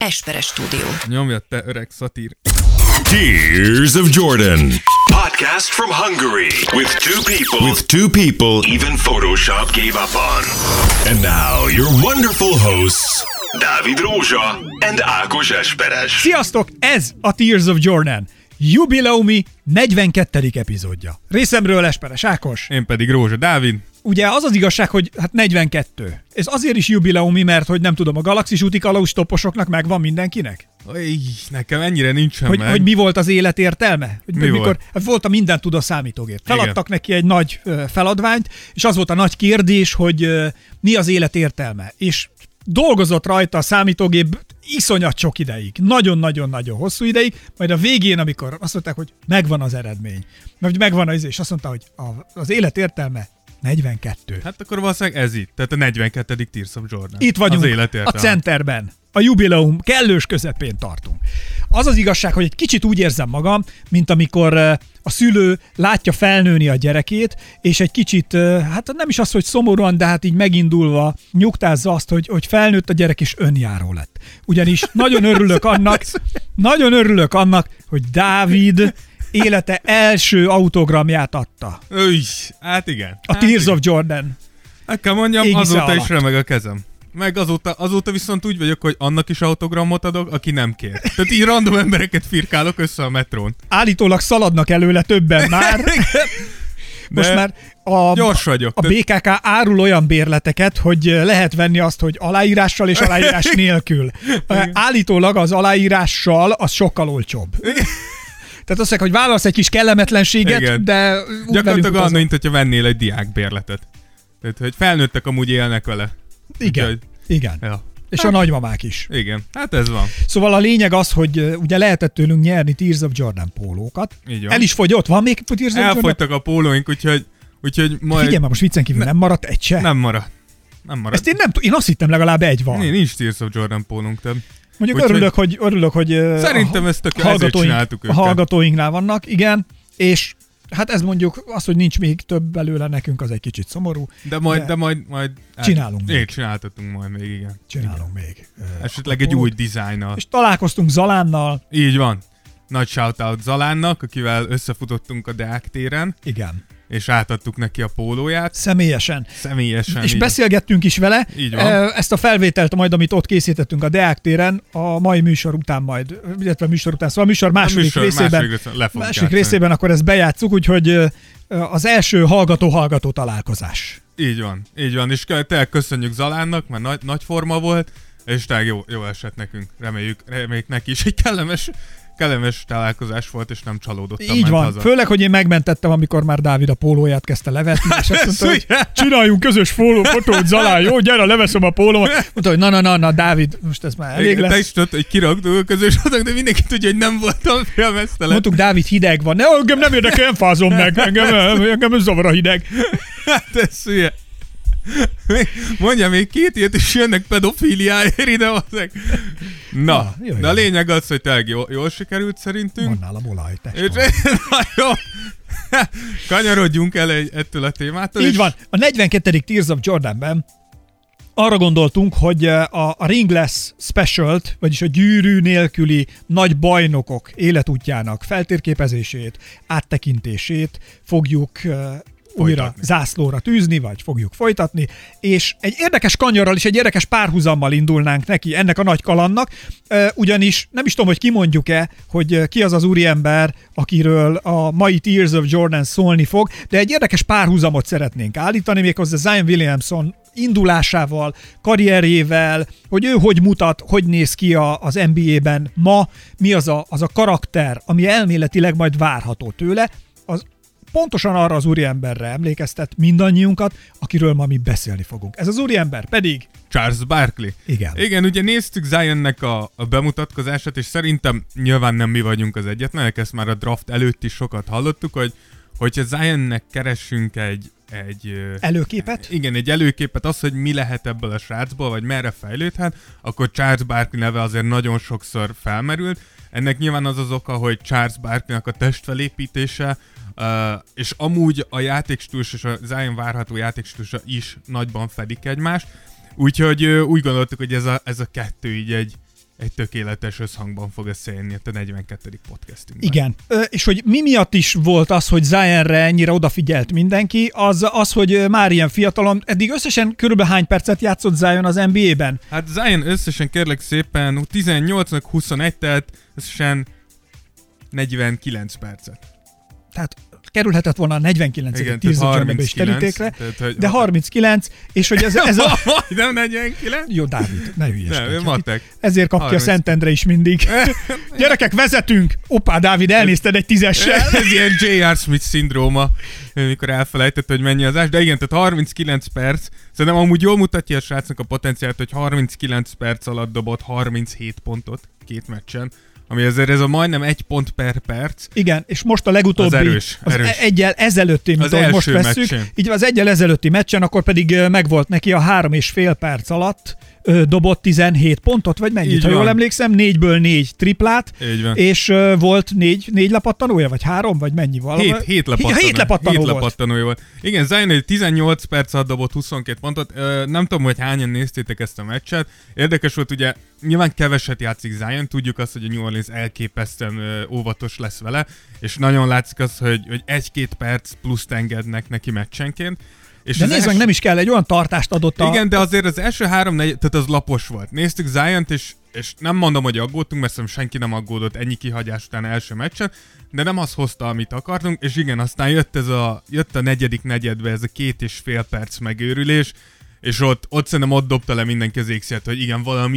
Esperes Stúdió. Nyomjad te, öreg szatír. Tears of Jordan. Podcast from Hungary with two people even Photoshop gave up on. And now your wonderful hosts, Dávid Rózsa and Ákos Esperes. Sziasztok, ez a Tears of Jordan. Jubileumi 42. epizódja. Részemről Esperes Ákos. Én pedig Rózsa Dávid. Ugye az az igazság, hogy 42. Ez azért is jubileumi, mert hogy nem tudom, a Galaxis úti kalauzstoposoknak megvan mindenkinek? Nekem ennyire nincsen meg. Hogy mi volt az élet értelme? Hogy mi mikor volt? Volt a mindent tudó számítógép. Feladtak neki egy nagy feladványt, és az volt a nagy kérdés, hogy mi az élet értelme. És dolgozott rajta a számítógép iszonyat sok ideig. Nagyon-nagyon-nagyon hosszú ideig, majd a végén, amikor azt mondták, hogy megvan az eredmény, vagy megvan az, és azt mondta, hogy az élet értelme 42. Hát akkor valószínűleg ez itt, tehát a 42. Tears of Jordan. Itt vagyunk, az élet a centerben. A jubileum kellős közepén tartunk. Az az igazság, hogy egy kicsit úgy érzem magam, mint amikor a szülő látja felnőni a gyerekét, és egy kicsit, hát nem is az, hogy szomorúan, de hát így megindulva nyugtázza azt, hogy felnőtt a gyerek és önjáró lett. Ugyanis nagyon örülök annak, hogy Dávid élete első autogramját adta. Hát igen. A Tears of Jordan. Meg kell mondjam, Égisze azóta alatt. is remeg a kezem. Meg azóta viszont úgy vagyok, hogy annak is autogramot adok, aki nem kér. Tehát így random embereket firkálok össze a metrón. Állítólag szaladnak előle többen már. Most már gyors vagyok. A BKK árul olyan bérleteket, hogy lehet venni azt, hogy aláírással és aláírás nélkül. Állítólag az aláírással az sokkal olcsóbb. Tehát azt mondják, hogy válasz egy kis kellemetlenséget, igen. De gyakorlatilag annyi, mint hogyha vennél egy diákbérletet. Tehát, hogy felnőttek amúgy élnek vele. Igen, úgyhogy, igen. Ja. És a nagymamák is. Igen, hát ez van. Szóval a lényeg az, hogy ugye lehetett tőlünk nyerni Tears of Jordan pólókat. Így van. El is fogyott, van még Tears of Jordan? Elfogytak a pólóink, úgyhogy majd... Figyelj már, most viccen kívül nem maradt egy se? Nem maradt. Ezt én azt hittem legalább egy van. Nincs Tears of Jordan pólónk több. Mondjuk örülök, hogy szerintem ezt ezért csináltuk őket. A hallgatóinknál vannak, igen, és hát ez mondjuk az, hogy nincs még több belőle nekünk, az egy kicsit szomorú. De majd csinálunk még. Csináltatunk majd még, igen. Csinálunk még. Esetleg egy új dizájnnal. És találkoztunk Zalánnal. Így van. Nagy shoutout Zalánnak, akivel összefutottunk a Deák téren. Igen. És átadtuk neki a pólóját. Személyesen. És beszélgettünk is vele. Így van. Ezt a felvételt majd, amit ott készítettünk a Deák téren, a mai műsor után szóval a műsor második részében akkor ezt bejátszuk, esik, úgyhogy az első hallgató találkozás. Így van, és tényleg köszönjük Zalánnak, mert nagy forma volt, és tényleg jó esett nekünk, reméljük neki is egy kellemes találkozás volt, és nem csalódottam. Így van, haza. Főleg, hogy én megmentettem, amikor már Dávid a pólóját kezdte levetni, és azt mondta, hogy csináljunk közös fotót, Zalán, jó, gyere, leveszem a pólómat. Mondta, hogy na, Dávid, most ez már elég lesz. Te is tudod, hogy kiraktuk a közös fotók, de mindenki tudja, hogy nem voltam félmeztelen. Mondtuk, Dávid, hideg van. Engem nem érdekel, nem fázom meg, engem zavar a hideg. Hát ez hülye. Mondja, még 2 ilyet is jönnek pedofíliáért ide hozzák. Na, de a lényeg az, hogy tényleg jól sikerült szerintünk. Van nálam olaj, jó. Kanyarodjunk el ettől a témától. Így van. A 42. Tears of Jordanben arra gondoltunk, hogy a Ringless Specialt, vagyis a gyűrű nélküli nagy bajnokok életútjának feltérképezését, áttekintését fogjuk újra zászlóra tűzni, vagy fogjuk folytatni, és egy érdekes kanyarral és egy érdekes párhuzammal indulnánk neki ennek a nagy kalandnak, ugyanis nem is tudom, hogy kimondjuk-e, hogy ki az az úriember, akiről a mai Tears of Jordan szólni fog, de egy érdekes párhuzamot szeretnénk állítani, méghozzá Zion Williamson indulásával, karrierjével, hogy ő hogy mutat, hogy néz ki az NBA-ben ma, mi az a karakter, ami elméletileg majd várható tőle, az pontosan arra az úriemberre emlékeztet mindannyiunkat, akiről ma mi beszélni fogunk. Ez az úriember pedig Charles Barkley. Igen, ugye néztük Zionnek a bemutatkozását, és szerintem nyilván nem mi vagyunk az egyetlenek, ezt már a draft előtt is sokat hallottuk, hogyha Zionnek keressünk egy előképet? Igen, egy előképet, az, hogy mi lehet ebből a srácból, vagy merre fejlődhet, akkor Charles Barkley neve azért nagyon sokszor felmerült. Ennek nyilván az az oka, hogy Charles Barkleynak a testfelépítése, és amúgy a játékstílus és a Zion várható játékstílusa is nagyban fedik egymást. Úgyhogy úgy gondoltuk, hogy ez a kettő így egy tökéletes összhangban fog összejönni a 42. podcastünkben. Igen. És hogy mi miatt is volt az, hogy Zionre ennyire odafigyelt mindenki, az, hogy már ilyen fiatalon, eddig összesen körülbelül hány percet játszott Zion az NBA-ben? Hát Zion összesen kérlek szépen 18-21, tehát összesen 49 percet. Tehát kerülhetett volna a 49. Tears of Jordanbe is terítékre, de 39, és hogy ez a... Majdnem 49? Jó, Dávid, ne hülyeskedj. Matek. Ezért kap ki a Szentendre is mindig. Gyerekek, vezetünk! Oppá, Dávid, elnézted egy 10-essel. Ez ilyen J.R. Smith szindróma, mikor elfelejtett, hogy mennyi az ás. De igen, tehát 39 perc. Szerintem amúgy jól mutatja a srácnak a potenciált, hogy 39 perc alatt dobott 37 pontot 2 meccsen. Ami ezért ez a majdnem 1 pont per perc. Igen, és most a legutóbbi, az egyel ezelőtti, mint ahogy most vesszük, így az egyel ezelőtti meccsen, akkor pedig megvolt neki a 3,5 perc alatt dobott 17 pontot, vagy mennyit? Így ha van. jól emlékszem, 4-ből 4 triplát, és volt 4 lepattanója, vagy 3, vagy mennyi valami? 7 lepattanója volt. Igen, Zion 18 perc alatt dobott 22 pontot. Nem tudom, hogy hányan néztétek ezt a meccset. Érdekes volt, ugye nyilván keveset játszik Zion, tudjuk azt, hogy a New Orleans elképesztően óvatos lesz vele, és nagyon látszik az, hogy 1-2 perc pluszt engednek neki meccsenként. És de nézd meg, nem is kell, egy olyan tartást adott Igen, de azért az első 3-4, tehát az lapos volt. Néztük Ziont, és nem mondom, hogy aggódtunk, mert szerintem senki nem aggódott ennyi kihagyás után első meccsen, de nem az hozta, amit akartunk, és igen, aztán jött a negyedik negyedbe ez a 2,5 perc megőrülés, és ott szerintem ott dobta le mindenki az égszert, hogy igen, valami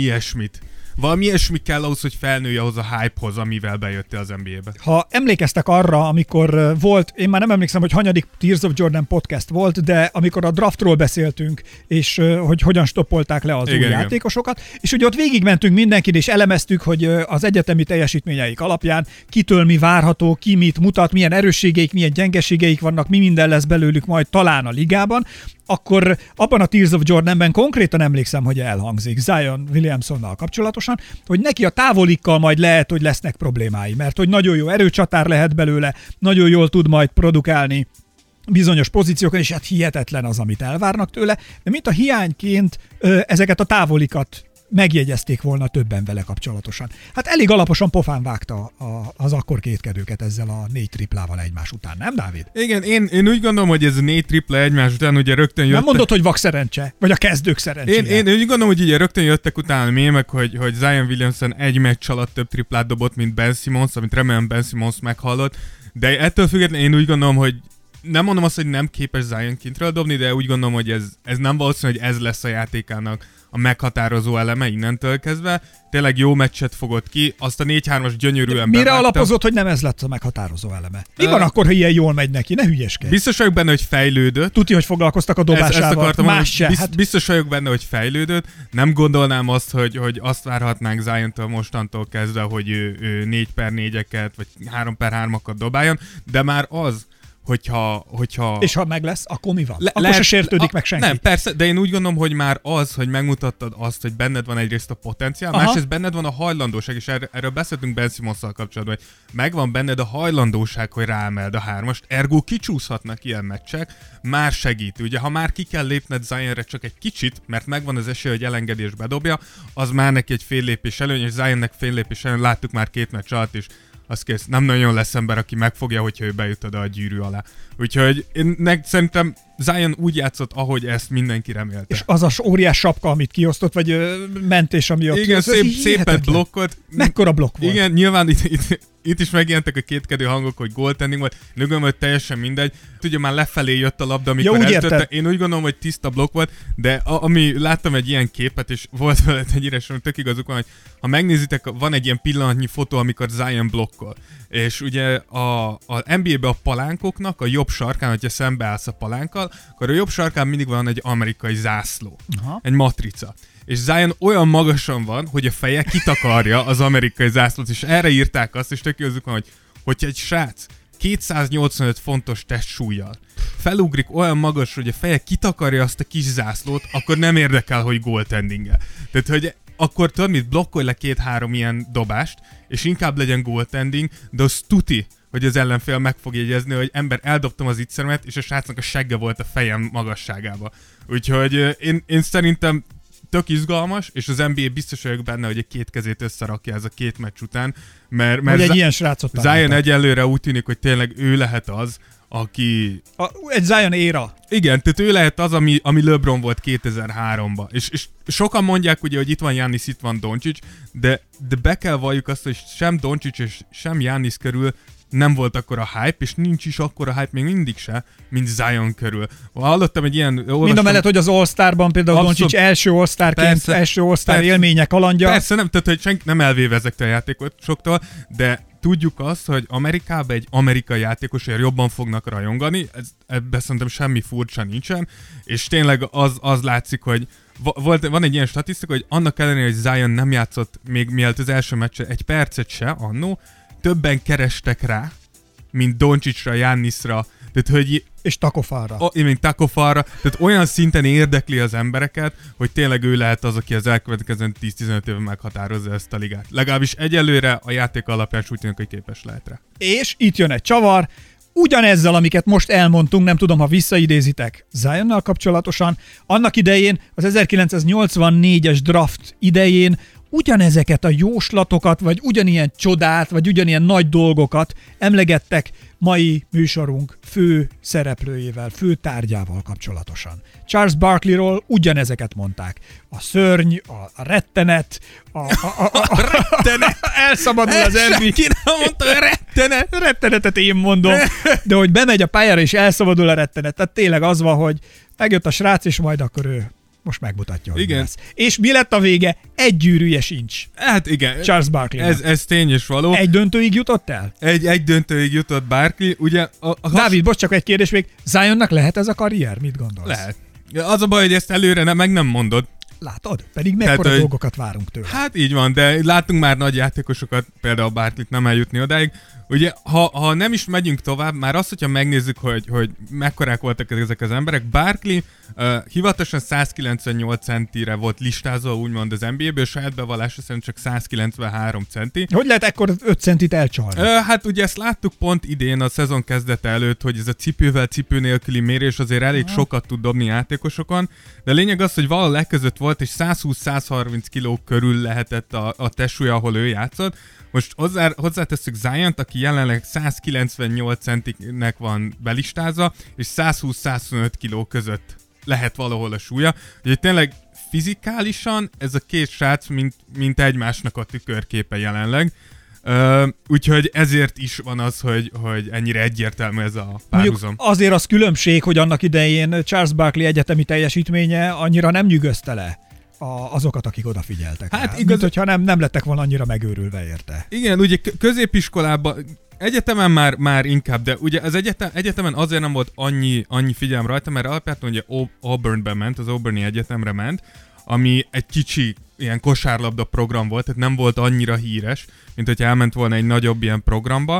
ilyesmi kell ahhoz, hogy felnője ahhoz a hype-hoz, amivel bejöttél az NBA-be. Ha emlékeztek arra, amikor volt, én már nem emlékszem, hogy hanyadik Tears of Jordan podcast volt, de amikor a draftról beszéltünk, és hogy hogyan stoppolták le az új játékosokat, és ugye ott végigmentünk mindenkit, és elemeztük, hogy az egyetemi teljesítményeik alapján kitől mi várható, ki mit mutat, milyen erősségeik, milyen gyengeségeik vannak, mi minden lesz belőlük majd talán a ligában, akkor abban a Tears of Jordanben konkrétan emlékszem, hogy elhangzik Zion Williamsonnal kapcsolatosan, hogy neki a távolikkal majd lehet, hogy lesznek problémái, mert hogy nagyon jó erőcsatár lehet belőle, nagyon jól tud majd produkálni bizonyos pozíciókon, és hát hihetetlen az, amit elvárnak tőle, de mint a hiányként ezeket a távolikat megjegyezték volna többen vele kapcsolatosan. Hát elég alaposan pofán vágta az akkor kétkedőket ezzel a 4 triplával egymás után, nem, Dávid? Igen, én úgy gondolom, hogy ez a 4 tripla egymás után ugye rögtön jöttek... Nem mondod, hogy vak szerencse? Vagy a kezdők szerencséje? Én úgy gondolom, hogy ugye rögtön jöttek utána mémek, hogy Zion Williamson egy meccs alatt több triplát dobott, mint Ben Simmons, amit remélem Ben Simmons meghallott, de ettől függetlenül én úgy gondolom, hogy nem mondom azt, hogy nem képes Zion kintről dobni, de úgy gondolom, hogy ez nem valószínű, hogy ez lesz a játékának a meghatározó eleme innentől kezdve. Tényleg jó meccset fogott ki, azt a 4-3-as gyönyörűen mire alapozott, hogy nem ez lett a meghatározó eleme? Mi van akkor, ha ilyen jól megy neki? Ne hülyeskedj. Biztos vagyok benne, hogy fejlődött. Tudja, hogy foglalkoztak a dobásával. Más se. Biztos vagyok benne, hogy fejlődött. Nem gondolnám azt, hogy azt várhatnánk Ziontól mostantól kezdve, hogy ő 4x4-eket, vagy 3x3-akat dobáljon, de már az, hogyha... És ha meg lesz, akkor mi van? Akkor se sértődik meg senki. Nem, persze, de én úgy gondolom, hogy már az, hogy megmutattad azt, hogy benned van egyrészt a potenciál, másrészt benned van a hajlandóság, és erről beszéltünk Ben Simmonsszal kapcsolatban, hogy megvan benned a hajlandóság, hogy ráemeld a 3-ast, ergo kicsúszhatnak ilyen meccsek, már segít. Ugye, ha már ki kell lépned Zionre csak egy kicsit, mert megvan az esély, hogy elengedés bedobja, az már neki egy fél lépés előny, és Zionnek fél lépés előny, láttuk már 2 meccs alatt is, az kész. Nem nagyon lesz ember, aki megfogja, hogyha ő bejut oda a gyűrű alá. Úgyhogy szerintem Zion úgy játszott, ahogy ezt mindenki remélte. És az a óriás sapka, amit kiosztott, vagy mentés, ami ott... Igen, szépet blokkolt. Mekkora blokk volt. Igen, nyilván itt is megjelentek a kétkedő hangok, hogy góltending volt. Én úgy gondolom, hogy teljesen mindegy. Ugye már lefelé jött a labda, amikor elütötte. Én úgy gondolom, hogy tiszta blokk volt, de ami láttam egy ilyen képet, és volt vele egy írás, ami tök igazuk van, hogy ha megnézitek, van egy ilyen pillanatnyi fotó, amikor Zion blokkol. És ugye a NBA-be a palánkoknak a jobb sarkán, hogyha szembeállsz a palánkkal, akkor a jobb sarkán mindig van egy amerikai zászló. Aha. Egy matrica. És Zion olyan magasan van, hogy a feje kitakarja az amerikai zászlót, és erre írták azt, és tök igazuk van, hogyha egy srác 285 fontos testsúllyal felugrik olyan magas, hogy a feje kitakarja azt a kis zászlót, akkor nem érdekel, hogy goaltending-e. Tehát, hogy akkor tudod mit, blokkolj le 2-3 ilyen dobást, és inkább legyen goaltending, de az tuti, hogy az ellenfél meg fog jegyezni, hogy ember, eldobtam az ittszeremet, és a srácnak a segge volt a fejem magasságába. Úgyhogy én szerintem tök izgalmas, és az NBA biztos vagyok benne, hogy egy két kezét összerakja ez a két meccs után, mert egy ilyen srácot Zion egyelőre úgy tűnik, hogy tényleg ő lehet az, aki... Egy Zion éra. Igen, tehát ő lehet az, ami LeBron volt 2003-ban. És sokan mondják ugye, hogy itt van Giannis, itt van Doncic, de be kell valljuk azt, hogy sem Doncic és sem Giannis körül nem volt akkora hype, és nincs is akkora hype még mindig se, mint Zion körül. Hallottam egy ilyen... Mind a mellett, hogy az All-Starban például Doncic első All-Starként, első All-Star élmények kalandja. Persze nem, tehát hogy senki nem elvéve ezektől a játékosoktól, de tudjuk azt, hogy Amerikában egy amerikai játékosért jobban fognak rajongani, ebben szerintem semmi furcsa nincsen, és tényleg az látszik, hogy van egy ilyen statisztika, hogy annak ellenére, hogy Zion nem játszott még mielőtt az első meccsen egy percet se annó, többen kerestek rá, mint Doncicra, Giannisra, tehát hogy... És Takofára. Mint Takofára, tehát olyan szinten érdekli az embereket, hogy tényleg ő lehet az, aki az elkövetkező 10-15 évben meghatározza ezt a ligát. Legalábbis egyelőre a játék alapján úgy tűnik, hogy képes lehet rá. És itt jön egy csavar, ugyanezzel, amiket most elmondtunk, nem tudom, ha visszaidézitek Zionnal kapcsolatosan, annak idején, az 1984-es draft idején ugyanezeket a jóslatokat, vagy ugyanilyen csodát, vagy ugyanilyen nagy dolgokat emlegettek mai műsorunk fő szereplőjével, fő tárgyával kapcsolatosan. Charles Barkleyról ugyanezeket mondták. A szörny, a rettenet, a rettenet! Elszabadul az NBA. Ki nem mondta, a rettenet! Rettenetet én mondom. De hogy bemegy a pályára és elszabadul a rettenet. Tehát tényleg az van, hogy megjött a srác, és majd akkor ő most megmutatja, hogy igen. Mi lesz. És mi lett a vége? Egy gyűrűje sincs. Hát igen. Charles Barkley. Ez tény és való. Egy döntőig jutott el? Egy döntőig jutott Barkley. Ugye Dávid, bocs, csak egy kérdés még. Zionnak lehet ez a karrier? Mit gondolsz? Lehet. Az a baj, hogy ezt előre meg nem mondod. Látod? Pedig mekkora dolgokat várunk tőle. Hát így van, de látunk már nagy játékosokat, például Barkleyt nem eljutni odáig. Ugye, ha nem is megyünk tovább, már azt, hogyha megnézzük, hogy mekkorák voltak ezek az emberek, Barkley hivatalosan 198 centire volt listázva, úgymond az NBA-ből, saját bevallása szerint csak 193 centi. Hogy lehet ekkor 5 centit elcsalni? Hát ugye ezt láttuk pont idén a szezon kezdete előtt, hogy ez a cipő nélküli mérés azért elég sokat tud dobni játékosokon, de a lényeg az, hogy valahol legközött volt, és 120-130 kiló körül lehetett a testsúlya, ahol ő játszott. Most hozzátesszük Ziont, aki jelenleg 198 centiknek van belistázva, és 120-125 kiló között lehet valahol a súlya. Úgyhogy tényleg fizikálisan ez a két srác mint egymásnak a tükörképe jelenleg. Úgyhogy ezért is van az, hogy ennyire egyértelmű ez a párhuzam. Mondjuk azért az különbség, hogy annak idején Charles Barkley egyetemi teljesítménye annyira nem nyűgözte le azokat, akik odafigyeltek. Hát igaz, hogyha nem lettek volna annyira megőrülve érte. Igen, ugye középiskolában, egyetemen már inkább, de ugye az egyetemen azért nem volt annyi figyelem rajta, mert alapjában ugye Auburnbe ment, az Auburni Egyetemre ment, ami egy kicsi ilyen kosárlabda program volt, tehát nem volt annyira híres, mint hogyha elment volna egy nagyobb ilyen programba.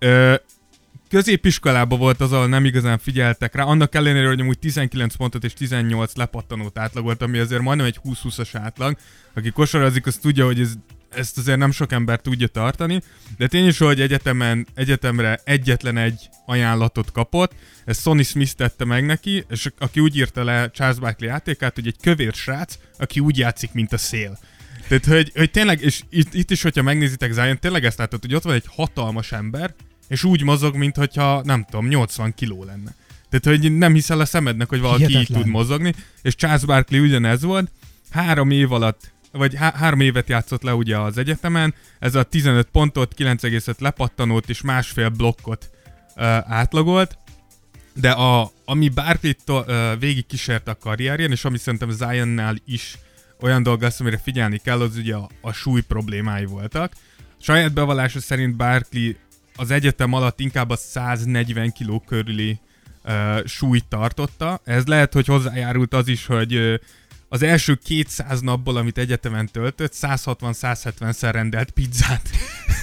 Középiskolában volt az, ahol nem igazán figyeltek rá, annak ellenére, hogy amúgy 19 pontot és 18 lepattanót átlagolt, ami azért majdnem egy 20-20-as átlag. Aki kosarazik, az tudja, hogy ezt azért nem sok ember tudja tartani, de tény is, hogy egyetemre egyetlen egy ajánlatot kapott, ezt Sonny Smith tette meg neki, és aki úgy írta le Charles Barkley játékát, hogy egy kövér srác, aki úgy játszik, mint a szél. Tehát, hogy tényleg, és itt is, hogyha megnézitek Zion, tényleg ezt látod, hogy ott van egy hatalmas ember, és úgy mozog, mintha, nem tudom, 80 kiló lenne. Tehát, hogy nem hiszel a szemednek, hogy valaki hihetetlen. Így tud mozogni, és Charles Barkley ugyanez volt, 3 év alatt, vagy 3 évet játszott le ugye az egyetemen, ez a 15 pontot, 9,5 lepattanót és 1,5 blokkot átlagolt, de ami Barkley-t végig kísérte a karrierjén, és ami szerintem Zionnál is olyan dolga lesz, amire figyelni kell, az ugye a súly problémái voltak. Saját bevallása szerint Barkley az egyetem alatt inkább a 140 kiló körüli súlyt tartotta. Ez lehet, hogy hozzájárult az is, hogy az első 200 napból, amit egyetemen töltött, 160-170-szer rendelt pizzát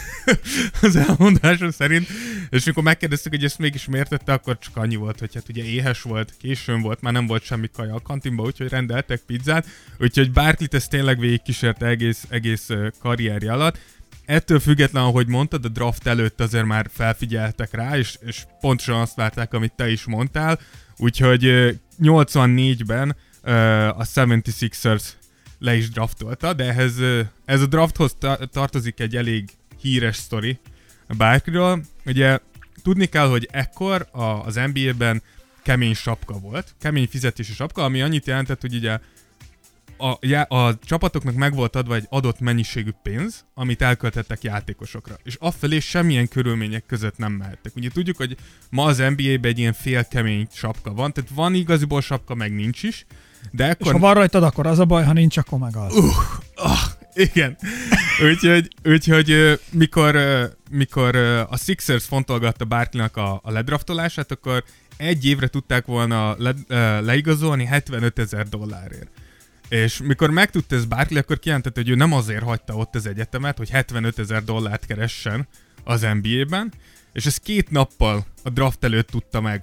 az elmondása szerint. És amikor megkérdeztük, hogy ezt mégis miért tette, akkor csak annyi volt, hogy hát ugye éhes volt, későn volt, már nem volt semmi kaja a kantinba, úgyhogy rendeltek pizzát. Úgyhogy Barkleyt ezt tényleg végigkísérte egész karrierje alatt. Ettől függetlenül, ahogy mondtad, a draft előtt azért már felfigyeltek rá, és pontosan azt várták, amit te is mondtál. Úgyhogy 84-ben a 76ers le is draftolta, de ez a drafthoz tartozik egy elég híres sztori a Barkleyról. Ugye tudni kell, hogy ekkor az NBA-ben kemény sapka volt, kemény fizetési sapka, ami annyit jelentett, hogy ugye a csapatoknak meg volt adva egy adott mennyiségű pénz, amit elköltettek játékosokra. És afelé semmilyen körülmények között nem mehettek. Ugye tudjuk, hogy ma az NBA-ben egy ilyen félkemény sapka van, tehát van igaziból sapka, meg nincs is. De ekkor... És ha van rajtad, akkor az a baj, ha nincs, akkor meg az. Igen. Úgyhogy mikor a Sixers fontolgatta Barkleynak a ledraftolását, akkor egy évre tudták volna leigazolni $75,000. És mikor megtudta ez Barkley, akkor kijelentette, hogy ő nem azért hagyta ott az egyetemet, hogy $75,000 keressen az NBA-ben, és ez 2 nappal a draft előtt tudta meg,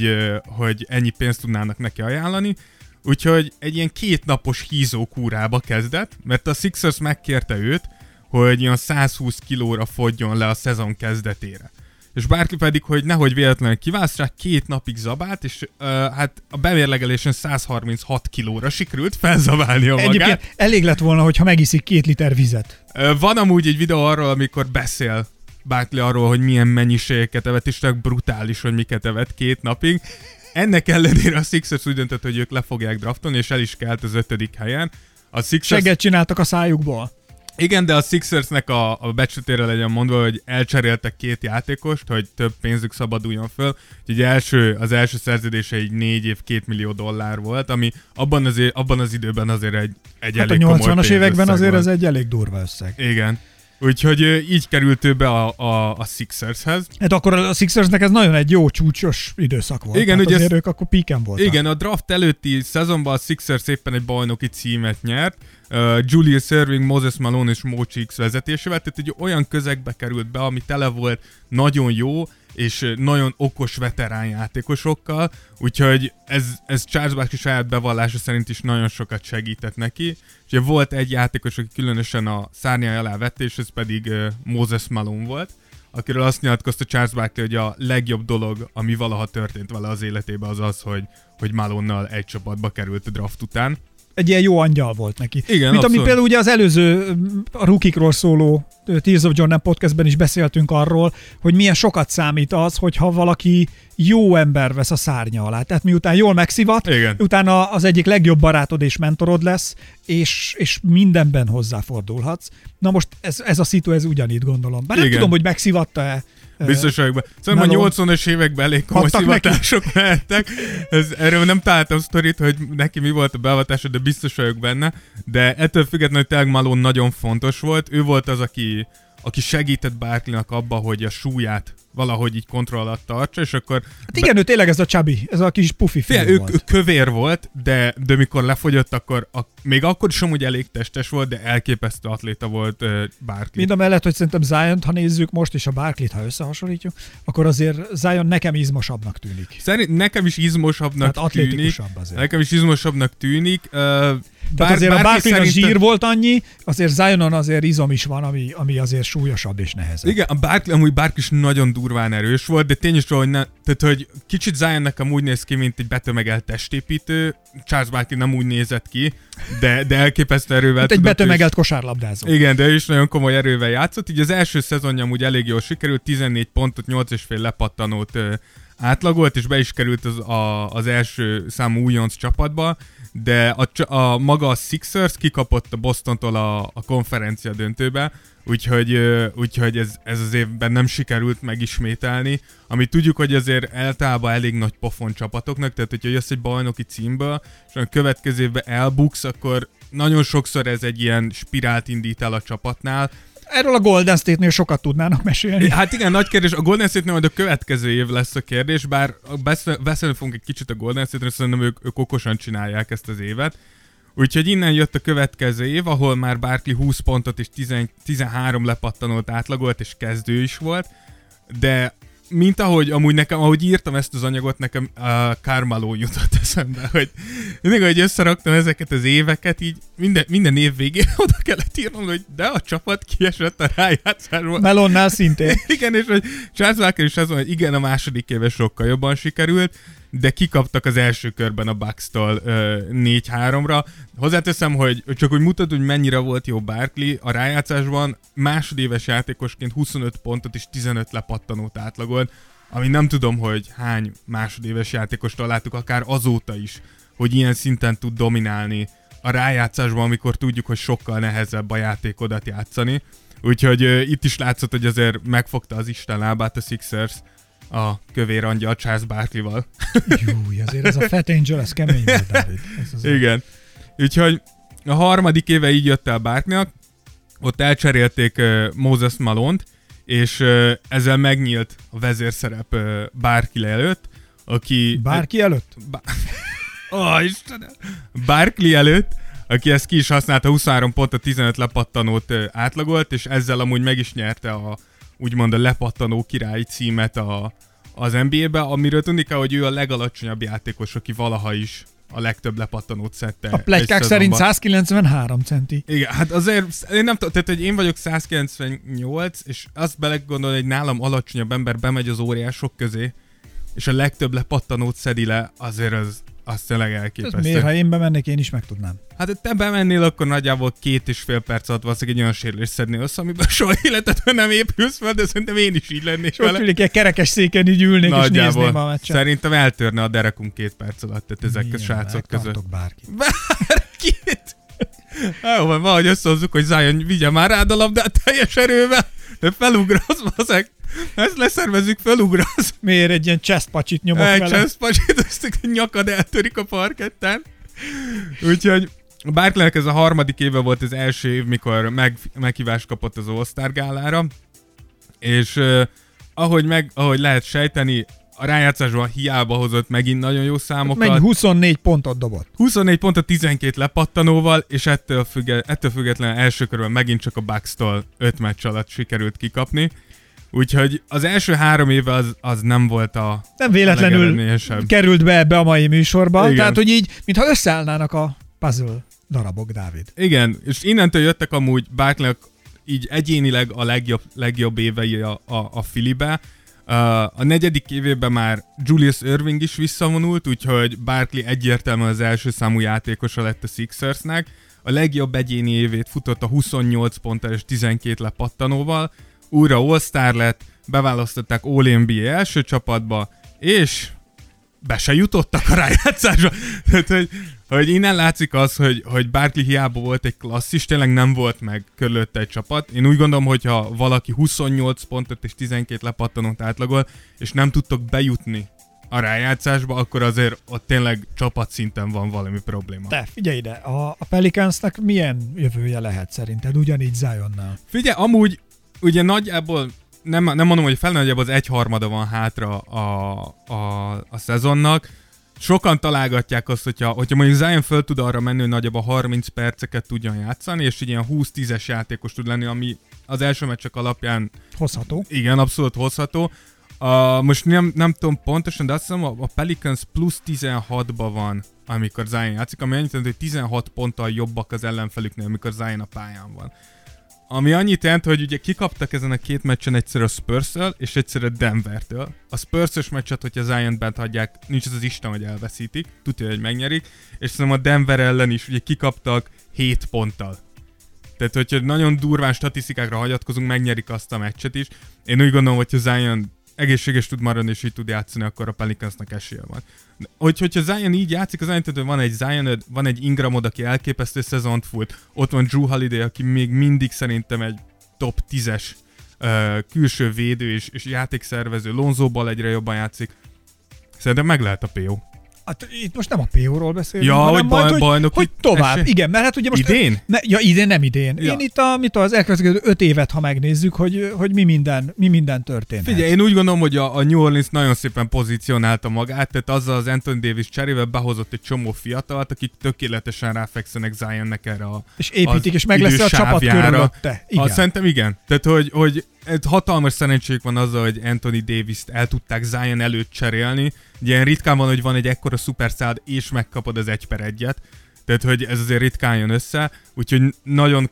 hogy ennyi pénzt tudnának neki ajánlani, úgyhogy egy ilyen 2 napos hízókúrába kezdett, mert a Sixers megkérte őt, hogy ilyen 120 kilóra fogjon le a szezon kezdetére. És Barkley pedig, hogy nehogy véletlenül kiválaszt rá, 2 napig zabált, és hát a bemérlegelésen 136 kilóra sikerült felzabálnia magát. Egyébként elég lett volna, hogyha megiszik 2 liter vizet. Van amúgy egy videó arról, amikor beszél Barkley arról, hogy milyen mennyiségeket evett, és tök brutális, hogy miket evett 2 napig. Ennek ellenére a Sixers úgy döntött, hogy ők le fogják draftolni, és el is kelt az 5. helyen. A Sixers... Segget csináltak a szájukból. Igen, de a Sixersnek a becsületére legyen mondva, hogy elcseréltek 2 játékost, hogy több pénzük szabaduljon föl. Úgyhogy az első szerződése egy 4 év $2 millió volt, ami abban az időben azért egy elég komoly pénzösszeg. A 80-as években azért ez egy elég durva összeg. Igen. Úgyhogy így került ő be a Sixershez. Hát akkor a Sixersnek ez nagyon egy jó csúcsos időszak volt. Igen, ugye azért ők akkor píken voltak. Igen, a draft előtti szezonban a Sixers éppen egy bajnoki címet nyert. Julius Erving, Moses Malone és Mo Cheeks vezetésével, tehát egy olyan közegbe került be, ami tele volt nagyon jó és nagyon okos veterán játékosokkal, úgyhogy ez Charles Barkley saját bevallása szerint is nagyon sokat segített neki. És volt egy játékos, aki különösen a szárnyai alá vette, és ez pedig Moses Malone volt, akiről azt nyilatkozta Charles Barkley, hogy a legjobb dolog, ami valaha történt vele az életében, az az, hogy Malone-nal egy csapatba került a draft után. Egy ilyen jó angyal volt neki. Igen, mint ami például ugye az előző a rookie-król szóló Tears of Jordan podcastben is beszéltünk arról, hogy milyen sokat számít az, hogyha valaki jó ember vesz a szárnya alá. Tehát miután jól megszivat, utána az egyik legjobb barátod és mentorod lesz, és mindenben hozzáfordulhatsz. Na most ez a szitu, ez ugyanígy gondolom. Bár nem tudom, hogy megszivatta-e. Biztos vagyok be. Szóval a 80-as években elég komoly szivatások mehettek. Erről nem találtam sztorit, hogy neki mi volt a beavatása, de biztos vagyok benne. De ettől függetlenül tényleg Malone nagyon fontos volt. Ő volt az, aki segített Barkleynak abba, hogy a súlyát valahogy így kontroll alatt tartsa, és akkor... Hát igen, ő tényleg ez a chubby, ez a kis pufi film volt. Ő kövér volt, de mikor lefogyott, akkor még akkor is amúgy elég testes volt, de elképesztő atléta volt Barkley. Mind a mellett, hogy szerintem Ziont, ha nézzük most, és a Barkleyt, ha összehasonlítjuk, akkor azért Zion nekem izmosabbnak tűnik. Nekem is izmosabbnak tűnik. Nekem is izmosabbnak tűnik. Tehát azért a Barkley zsír volt annyi, azért Zionon azért izom is van, ami azért súlyosabb és nehezebb. Igen, amúgy Barkley is nagyon durván erős volt, de tény is, hogy tehát, hogy kicsit Zion nekem úgy néz ki, mint egy betömegelt testépítő. Charles Barkley nem úgy nézett ki, de elképesztő erővel. Egy betömegelt kosárlabdázó. Igen, de ő is nagyon komoly erővel játszott. Így az első szezonja amúgy elég jól sikerült, 14 pontot, 8,5 lepattanót átlagolt, és be is került az első számú újonc csapatba, de a maga a Sixers kikapott a Bostontól a konferencia döntőbe, úgyhogy ez az évben nem sikerült megismételni, ami tudjuk, hogy azért általában elég nagy pofon csapatoknak, tehát hogyha jössz egy bajnoki címből, és a következő évben elbuksz, akkor nagyon sokszor ez egy ilyen spirált indít el a csapatnál. Erről a Golden State-nél sokat tudnának mesélni. Hát igen, nagy kérdés. A Golden State-nél majd a következő év lesz a kérdés, bár beszélni fogunk egy kicsit a Golden State-ről, szerintem ők okosan csinálják ezt az évet. Úgyhogy innen jött a következő év, ahol már Barkley 20 pontot és 13 lepattanót átlagolt, és kezdő is volt, de mint ahogy írtam ezt az anyagot, nekem Carmelo jutott eszembe, hogy mindig, hogy összeraktam ezeket az éveket, így minden év végén oda kellett írnom, hogy de a csapat kiesett a rájátszásból. Melonnál szintén. Igen, és hogy Charles Barkley is az van, hogy igen, a második éve sokkal jobban sikerült, de kikaptak az első körben a Bucks-tól 4-3-ra. Hozzáteszem, hogy csak úgy mutat, hogy mennyire volt jó Barkley a rájátszásban, másodéves játékosként 25 pontot és 15 lepattanót átlagolt, ami nem tudom, hogy hány másodéves játékost találtuk akár azóta is, hogy ilyen szinten tud dominálni a rájátszásban, amikor tudjuk, hogy sokkal nehezebb a játékodat játszani. Úgyhogy itt is látszott, hogy azért megfogta az Isten lábát a Sixers a kövér angyal Charles Barkley-val. Júj, azért ez a Fat Angel, ez kemény volt, Dávid. Igen. Úgyhogy a harmadik éve így jött el Barkleynak, ott elcserélték Moses Malone-t, és ezzel megnyílt a vezérszerep Barkley előtt, aki... Bárki előtt? Istenem! Barkley előtt, aki ezt ki is használta, 23 pontot, 15 lepattanót átlagolt, és ezzel amúgy meg is nyerte úgymond a lepattanó királyi címet az NBA-be, amiről tudni kell, hogy ő a legalacsonyabb játékos, aki valaha is a legtöbb lepattanót szedte. A pletykák szerint 193 centi. Igen, hát azért én nem tudom, tehát hogy én vagyok 198, és azt belegondolni, hogy nálam alacsonyabb ember bemegy az óriások közé, és a legtöbb lepattanót szedi le, azért az tényleg elképesztő. Ez miért, ha én bemennék, én is meg tudnám. Hát ha te bemennél, akkor nagyjából 2,5 perc alatt valószínűleg egy olyan sérülést szednél össze, amiben soha életedben nem épülsz fel, de szerintem én is így lennék vele. És ott ülik egy kerekes széken, így ülnék, nagyjából, és nézném a meccset. Szerintem eltörne a derekunk 2 perc alatt, tehát ezek a srácok között. Bárkit. Bárkit? Jó, van, valahogy összehozzuk, hogy Zion vigye már rád a labdát teljes erővel, de felugrasz, bazeg. Ezt leszervezzük, felugrasz. Miért egy ilyen chestpacsit nyomok vele? Egy chestpacsit, ezt a nyakad eltörik a parketten. Úgyhogy Barkleynek ez a harmadik éve volt az első év, mikor meghívást kapott az All-Star gálára, és ahogy lehet sejteni, a rájátszásban hiába hozott megint nagyon jó számokat. Meg 24 pontot dobott. 24 pontot 12 lepattanóval, és ettől függetlenül első körben megint csak a Bucks-tól 5 meccs alatt sikerült kikapni. Úgyhogy az első 3 éve az nem volt nem véletlenül került be ebbe a mai műsorba. Igen. Tehát, hogy így, mintha összeállnának a puzzle darabok, Dávid. Igen, és innentől jöttek amúgy Barkleynek így egyénileg a legjobb évei a Phillybe. A negyedik évében már Julius Erving is visszavonult, úgyhogy Barkley egyértelműen az első számú játékosa lett a Sixersnek. A legjobb egyéni évét futott a 28 ponttal és 12 lepattanóval. Újra All-Star lett, beválasztották All-NBA első csapatba, és be se jutottak a rájátszásba. Tehát, hogy innen látszik az, hogy Barkley hiába volt egy klasszis, tényleg nem volt meg körülötte egy csapat. Én úgy gondolom, hogyha valaki 28 pontot és 12 lepattanót átlagol, és nem tudtok bejutni a rájátszásba, akkor azért ott tényleg csapatszinten van valami probléma. Te figyelj ide, a Pelicansnak milyen jövője lehet szerinted ugyanígy Zionnal? Figyelj, amúgy ugye nagyjából, nem mondom, hogy nagyjából az 1/3 van hátra a szezonnak. Sokan találgatják azt, hogyha mondjuk Zion föl tud arra menni, hogy nagyjából 30 perceket tudjon játszani, és egy ilyen 20-10-es játékos tud lenni, ami az első meccsek alapján hozható. Igen, abszolút hozható. Most nem tudom pontosan, de azt hiszem a Pelicans plusz 16-ba van, amikor Zion játszik, ami annyit jelent, hogy 16 ponttal jobbak az ellenfelüknél, amikor Zion a pályán van. Ami annyit jelent, hogy ugye kikaptak ezen a 2 meccsen egyszer a Spurs-től, és egyszer a Denver-től. A Spurs-ös meccset, hogyha Zion bent hagyják, nincs az Isten, hogy elveszítik, tudja, hogy megnyerik, és szerintem a Denver ellen is ugye kikaptak 7 ponttal. Tehát, hogyha nagyon durván statisztikákra hagyatkozunk, megnyerik azt a meccset is. Én úgy gondolom, hogyha Zion egészséges tud maradni, és így tud játszani, akkor a Pelicansnak esélye van. Hogyha Zion így játszik, az annyit, hogy van egy Zionod, van egy Ingramod, aki elképesztő szezont fut, ott van Drew Holiday, aki még mindig szerintem egy top 10-es külső védő és játékszervező, Lonzo Ball egyre jobban játszik. Szerintem meg lehet a PO. Hát itt most nem a PO-ról beszélünk, ja, hanem majd, bajnok, hogy tovább. Esély. Igen, mert hát ugye most... Idén? Idén, nem idén. Ja. Én itt az elkövetkező 5 évet, ha megnézzük, hogy mi minden történt. Figyelj, én úgy gondolom, hogy a New Orleans nagyon szépen pozícionálta magát, tehát azzal az Anthony Davis cserével behozott egy csomó fiatalt, akik tökéletesen ráfekszenek Zionnek erre és építik, és meg lesz a csapat körülötte. Szerintem igen. Tehát, hogy hatalmas szerencséjük van azzal, hogy Anthony Davis-t el tudták Zion előtt cserélni. Ugye ritkán van, hogy van egy ekkora szuperszád, és megkapod az 1/1-et. Tehát, hogy ez azért ritkán jön össze. Úgyhogy nagyon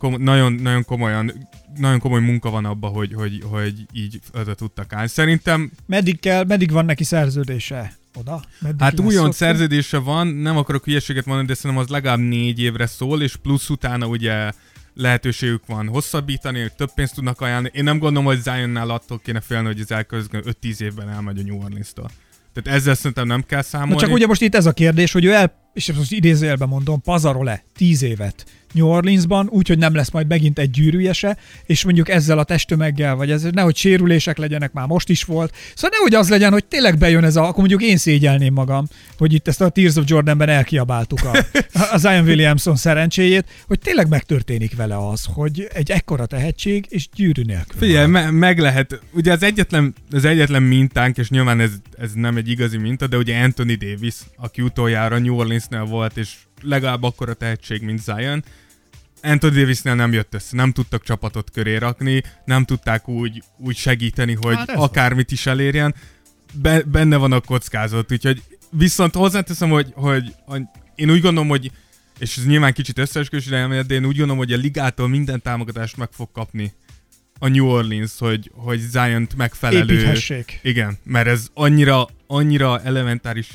komoly munka van abban, hogy így össze tudtak állni. Szerintem... Meddig van neki szerződése oda? Hát újonc szerződése van, nem akarok hülyeséget mondani, de szerintem az legalább 4 évre szól, és plusz utána ugye lehetőségük van hosszabbítani, hogy több pénzt tudnak ajánlani. Én nem gondolom, hogy Zionnál attól kéne félni, hogy az elkövetkező 5-10 évben elmegy a New Orleans-től. Tehát ezzel szerintem nem kell számolni. Na csak ugye most itt ez a kérdés, hogy ő és most idézőjelben mondom, pazarol-e 10 évet New Orleansban, úgyhogy nem lesz majd megint egy gyűrűje se, és mondjuk ezzel a testtömeggel, vagy ez, nehogy sérülések legyenek, már most is volt. Szóval nehogy az legyen, hogy tényleg bejön ez akkor mondjuk én szégyelném magam, hogy itt ezt a Tears of Jordanben elkiabáltuk a Zion Williamson szerencséjét, hogy tényleg megtörténik vele az, hogy egy ekkora tehetség és gyűrű nélkül. Figyelj, meg lehet. Ugye az egyetlen mintánk, és nyilván ez nem egy igazi minta, de ugye Anthony Davis, aki utoljára New Orleansnél volt, és legalább akkora tehetség, mint Zion. Anthony Davisnél nem jött össze, nem tudtak csapatot köré rakni, nem tudták úgy segíteni, hogy akármit is elérjen. Benne van a kockázat, úgyhogy viszont hozzáteszem, hogy én úgy gondolom, hogy, és ez nyilván kicsit összeesküvés, de én úgy gondolom, hogy a ligától minden támogatást meg fog kapni a New Orleans, hogy Ziont megfelelő... Építhessék. Igen, mert ez annyira elementáris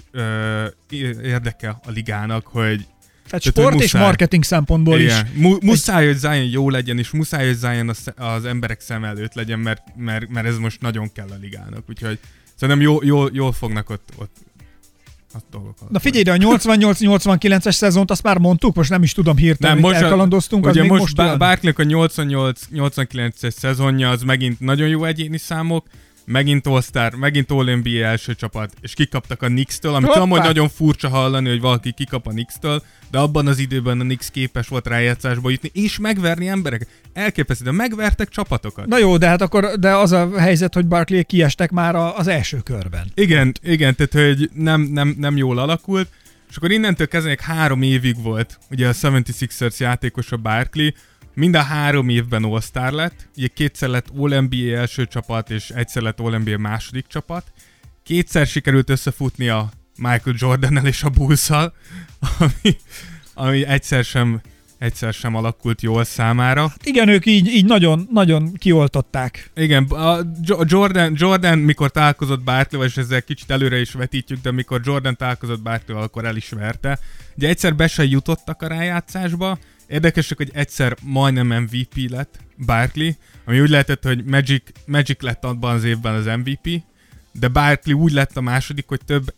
érdeke a ligának, hogy... Tehát sport és marketing szempontból is. Muszáj, hogy Zion jó legyen, és muszáj, hogy Zion az emberek szem előtt legyen, mert ez most nagyon kell a ligának. Úgyhogy szerintem jól fognak ott dolgokat. Na figyelj, de a 88-89-es szezont azt már mondtuk, most nem is tudom hirtelen, hogy elkalandoztunk. Ugye most Barkley-nek a 88-89-es szezonja az megint nagyon jó egyéni számok, megint All-Star, megint All-NBA első csapat, és kikaptak a Knicks-től, amit tudom, hogy nagyon furcsa hallani, hogy valaki kikap a Knicks-től, de abban az időben a Knicks képes volt rájátszásba jutni, és megverni embereket. Elképesztő, de megvertek csapatokat. Na jó, de hát akkor az a helyzet, hogy Barkley kiestek már az első körben. Igen, tehát hogy nem jól alakult, és akkor innentől kezdve 3 évig volt ugye a 76ers játékos a Barkley, mind a 3 évben All-Star lett, ugye 2-szer lett All-NBA első csapat, és 1-szer lett All-NBA második csapat. 2-szer sikerült összefutni a Michael Jordannel és a Bulls-szal, ami egyszer sem alakult jól számára. Igen, ők így nagyon, nagyon kioltották. Igen, a Jordan mikor találkozott Barkley-val, és ezzel kicsit előre is vetítjük, de mikor Jordan találkozott Barkley-val, akkor el is verte. Ugye egyszer be se jutottak a rájátszásba. Érdekesek, hogy egyszer majdnem MVP lett Barkley, ami úgy lehetett, hogy Magic lett abban az évben az MVP, de Barkley úgy lett a második, hogy több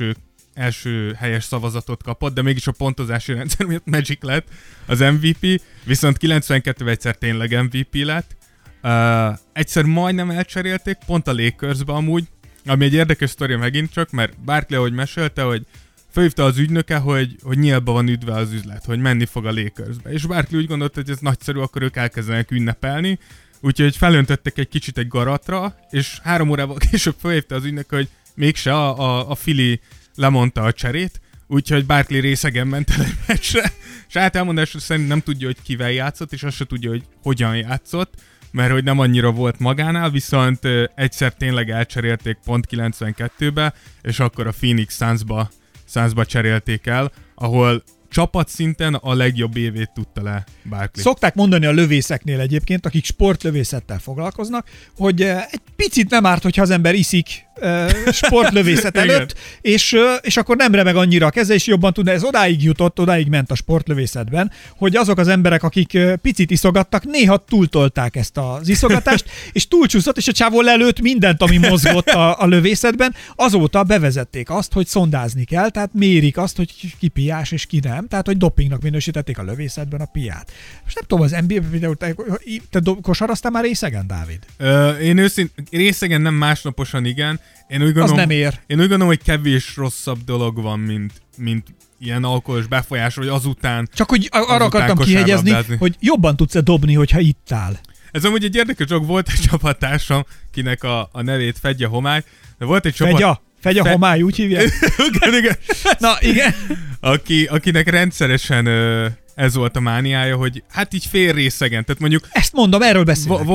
első helyes szavazatot kapott, de mégis a pontozási rendszer miatt Magic lett az MVP, viszont 92-ben egyszer tényleg MVP lett. Egyszer majdnem elcserélték, pont a Lakersbe amúgy, ami egy érdekes sztori megint csak, mert Barkley, ahogy mesélte, hogy felhívta az ügynöke, hogy nyílba van üdve az üzlet, hogy menni fog a Lakersbe. És Barkley úgy gondolta, hogy ez nagyszerű, akkor ők elkezdenek ünnepelni, úgyhogy felöntöttek egy kicsit egy garatra, és 3 órával később felhívta az ügynöke, hogy mégse a Philly lemondta a cserét, úgyhogy Barkley részegen ment el egy meccsre, és elmondásra szerint nem tudja, hogy kivel játszott, és azt se tudja, hogy hogyan játszott, mert hogy nem annyira volt magánál, viszont egyszer tényleg elcserélték pont 92-be, és akkor a Phoenix Sunsba cserélték el, ahol csapatszinten a legjobb évét tudta le Barkley. Szokták mondani a lövészeknél egyébként, akik sportlövészettel foglalkoznak, hogy egy picit nem árt, hogyha az ember iszik sportlövészet előtt, és akkor nem remeg annyira a keze, és jobban tudna. Ez odáig ment a sportlövészetben, hogy azok az emberek, akik picit iszogattak, néha túltolták ezt az iszogatást, és túlcsúszott, és a csávó lelőtt mindent, ami mozgott a lövészetben. Azóta bevezették azt, hogy szondázni kell, tehát mérik azt, hogy ki piás és ki nem, tehát hogy dopingnak minősítették a lövészetben a piát. Most nem tudom, az NBA videót, te kosaraztál már részegen, Dávid? Én részegen nem, másnaposan igen. Én úgy gondolom, az nem ér. Én úgy gondolom, hogy kevés rosszabb dolog van, mint ilyen alkoholos befolyás, vagy azután. Csak hogy arra akartam kihegyezni, hogy jobban tudsz-e dobni, hogyha itt áll. Ez amúgy egy érdekes dolog, volt egy csapattársam, kinek a nevét Fedja Homály, de volt egy csapat... Fegya Homály, úgy hívják? igen. Na, igen. Akinek rendszeresen ez volt a mániája, hogy hát így fél részegen, tehát mondjuk... Ezt mondom, erről beszélek.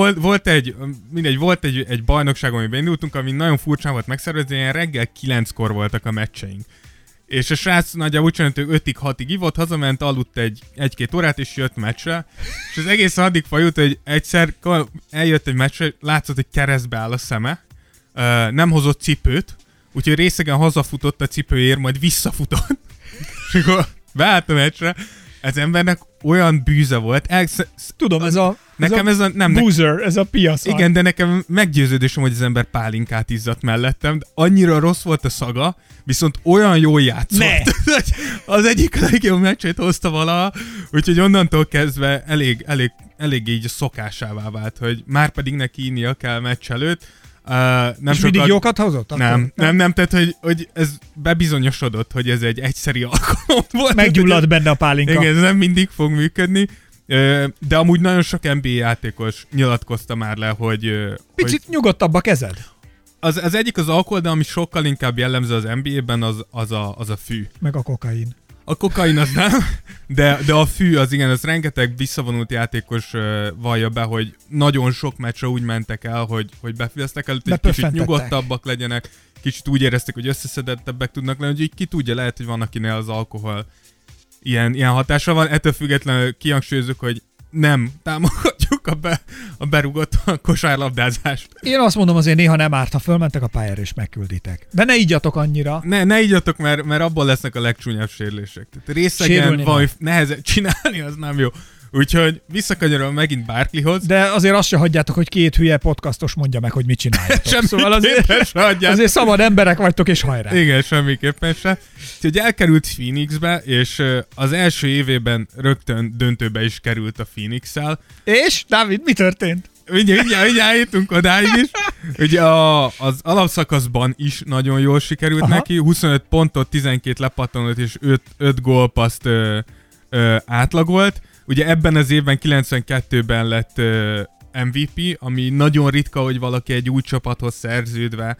Volt egy bajnokság, amiben indultunk, ami nagyon furcsán volt megszervezni, ilyen reggel 9-kor voltak a meccseink. És a srác nagyjából úgy csinált, hogy 5-6-ig ivott, hazament, aludt egy-két órát, és jött meccsre. És az egész addig fajult, hogy egyszer eljött egy meccsre, látszott, hogy keresztbe áll a szeme, nem hozott cipőt, úgyhogy részegen hazafutott a cipőért, majd visszafutott. És akkor beállt a meccsre, ez embernek olyan bűze volt. Tudom, nekem ez a nem, boozer, ez a piasz. Igen, de nekem meggyőződésem, hogy az ember pálinkát izzadt mellettem, de annyira rossz volt a szaga, viszont olyan jól játszott. Az egyik legjobb meccsét hozta valaha, úgyhogy onnantól kezdve elég így szokásává vált, hogy már pedig neki innia kell meccs előtt. És mindig jókat hozott? Nem, tehát hogy ez bebizonyosodott, hogy ez egy egyszeri alkalom volt. Meggyulladt benne a pálinka. Igen, ez nem mindig fog működni. De amúgy nagyon sok NBA játékos nyilatkozta már le, hogy... Picit nyugodtabb a kezed. Az egyik az alkohol, de ami sokkal inkább jellemző az NBA-ben, az a fű. Meg a kokain. A kokain az nem, de a fű az igen, az rengeteg visszavonult játékos vallja be, hogy nagyon sok meccsre úgy mentek el, hogy befüleztek előtt, hogy kicsit nyugodtabbak legyenek, kicsit úgy érezték, hogy összeszedettebbek tudnak lenni, hogy így ki tudja, lehet, hogy van akinél az alkohol ilyen hatása van. Ettől függetlenül kihangsúlyozzuk, hogy nem támogatjuk a berúgott kosárlabdázást. Én azt mondom, azért néha nem árt, ha fölmentek a pályára és megkülditek. De ne igyatok annyira. Ne igyatok, mert abból lesznek a legcsúnyabb sérülések. Tehát részegen van nehezebb csinálni, az nem jó. Úgyhogy visszakanyarodom megint Barkleyhoz. De azért azt se hagyjátok, hogy két hülye podcastos mondja meg, hogy mit csináljátok. Szóval azért szabad emberek vagytok, és hajrá. Igen, semmiképpen se. Úgyhogy elkerült Phoenixbe, és az első évében rögtön döntőbe is került a Phoenix-szel. És? Dávid, mi történt? Mindjárt jutunk odáig is. Ugye az alapszakaszban is nagyon jól sikerült neki. 25 pontot, 12 lepattanót és 5 gólpasszt átlagolt. Ugye ebben az évben 92-ben lett MVP, ami nagyon ritka, hogy valaki egy új csapathoz szerződve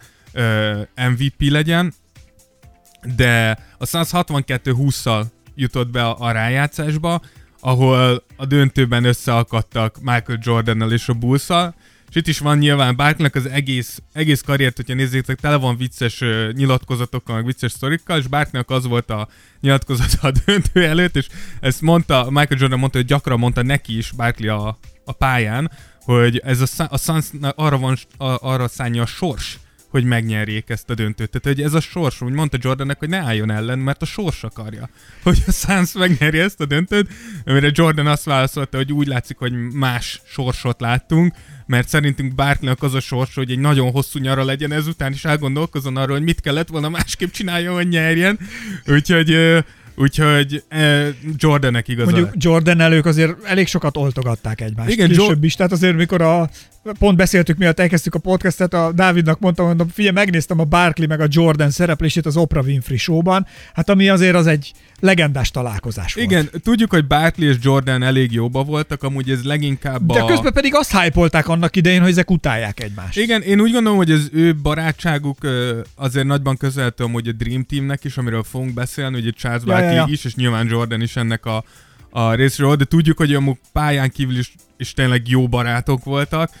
MVP legyen, de a 162-20-szal jutott be a rájátszásba, ahol a döntőben összeakadtak Michael Jordannal és a Bulls-szal, és itt is van nyilván Barkleynek az egész karriert, hogyha nézzétek, tele van vicces nyilatkozatokkal, meg vicces sztorikkal, és Barkleynek az volt a nyilatkozata a döntő előtt, és ezt mondta, Michael Jordan mondta, hogy gyakran mondta neki is Barkley a pályán, hogy ez a Suns arra szánja a sors, hogy megnyerjék ezt a döntőt. Tehát, hogy ez a sors, úgy mondta Jordannek, hogy ne álljon ellen, mert a sors akarja, hogy a Suns megnyerje ezt a döntőt, amire Jordan azt válaszolta, hogy úgy látszik, hogy más sorsot láttunk, mert szerintünk Barkleynek az a sors, hogy egy nagyon hosszú nyara legyen ezután, és elgondolkozzon arról, hogy mit kellett volna másképp csináljon, hogy nyerjen. Úgyhogy Jordannek igaza. Mondjuk Jordan elők azért elég sokat oltogatták egymást. Igen, később is. Tehát azért, mikor pont beszéltük, miatt elkezdtük a podcastet, a Dávidnak mondtam, figyelj, megnéztem a Barkley meg a Jordan szereplését az Oprah Winfrey Show-ban, hát ami azért az egy legendás találkozás volt. Igen, tudjuk, hogy Barkley és Jordan elég jóba voltak, amúgy ez leginkább de közben pedig azt hype-olták annak idején, hogy ezek utálják egymást. Igen, én úgy gondolom, hogy az ő barátságuk azért nagyban közelhető amúgy a Dream Teamnek is, amiről fogunk beszélni, ugye Charles Barkley is, és nyilván Jordan is ennek a részről, de tudjuk, hogy amúgy pályán kívül is tényleg jó barátok voltak,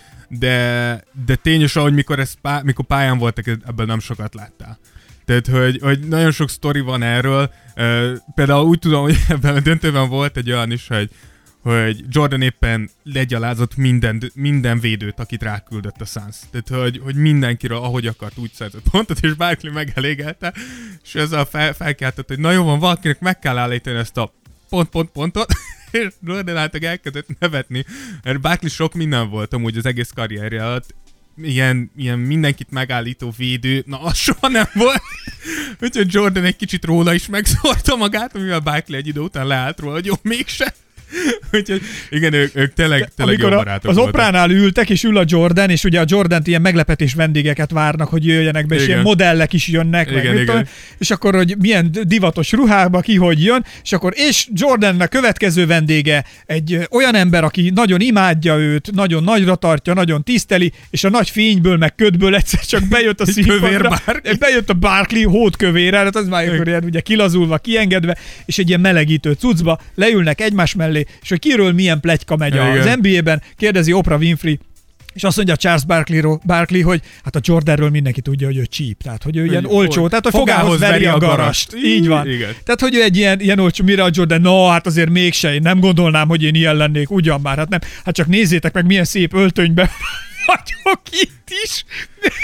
de tényes, hogy mikor pályán voltak, ebből nem sokat láttál. Tehát, hogy nagyon sok sztori van erről. Például úgy tudom, hogy ebben a döntőben volt egy olyan is, hogy Jordan éppen legyalázott minden védőt, akit ráküldött a Suns. Tehát, hogy mindenkiről, ahogy akart, úgy szerzett pontot, és Barkley megelégelte, és ezzel felkeltett, hogy na jó van, valakinek meg kell állítani ezt a pontot, és Jordan által elkezdett nevetni, mert Barkley sok minden volt amúgy az egész karrierje alatt, ilyen mindenkit megállító védő, na az soha nem volt. Úgyhogy Jordan egy kicsit róla is megszórta magát, amivel Barkley egy idő után leállt róla, hogy jó, mégse. Úgyhogy igen, ők tényleg jó barátok az Opránál ültek, és ül a Jordan, és ugye a Jordant ilyen meglepetés vendégeket várnak, hogy jöjjenek be, és ilyen modellek is jönnek, meg, és akkor, hogy milyen divatos ruhába ki, hogy jön, és Jordannek következő vendége egy olyan ember, aki nagyon imádja őt, nagyon nagyra tartja, nagyon tiszteli, és a nagy fényből, meg ködből egyszer csak bejött a színpadra, bejött a Barkley hótkövére, hát az már ilyen ugye kilazulva, kiengedve, és egy ilyen melegítő cuccba leülnek egymás mellé, és hogy kiről milyen pletyka megy az NBA-ben, kérdezi Oprah Winfrey, és azt mondja Charles Barkley, hogy hát a Jordanről mindenki tudja, hogy ő cheap, tehát hogy ő ilyen olcsó, tehát hogy fogához veri a garast. Így van. Igen. Tehát hogy ő egy ilyen olcsó, mire a Jordan, no, hát azért mégse, én nem gondolnám, hogy én ilyen lennék, ugyan már, hát nem. Hát csak nézzétek meg, milyen szép öltönyben vagyok itt is.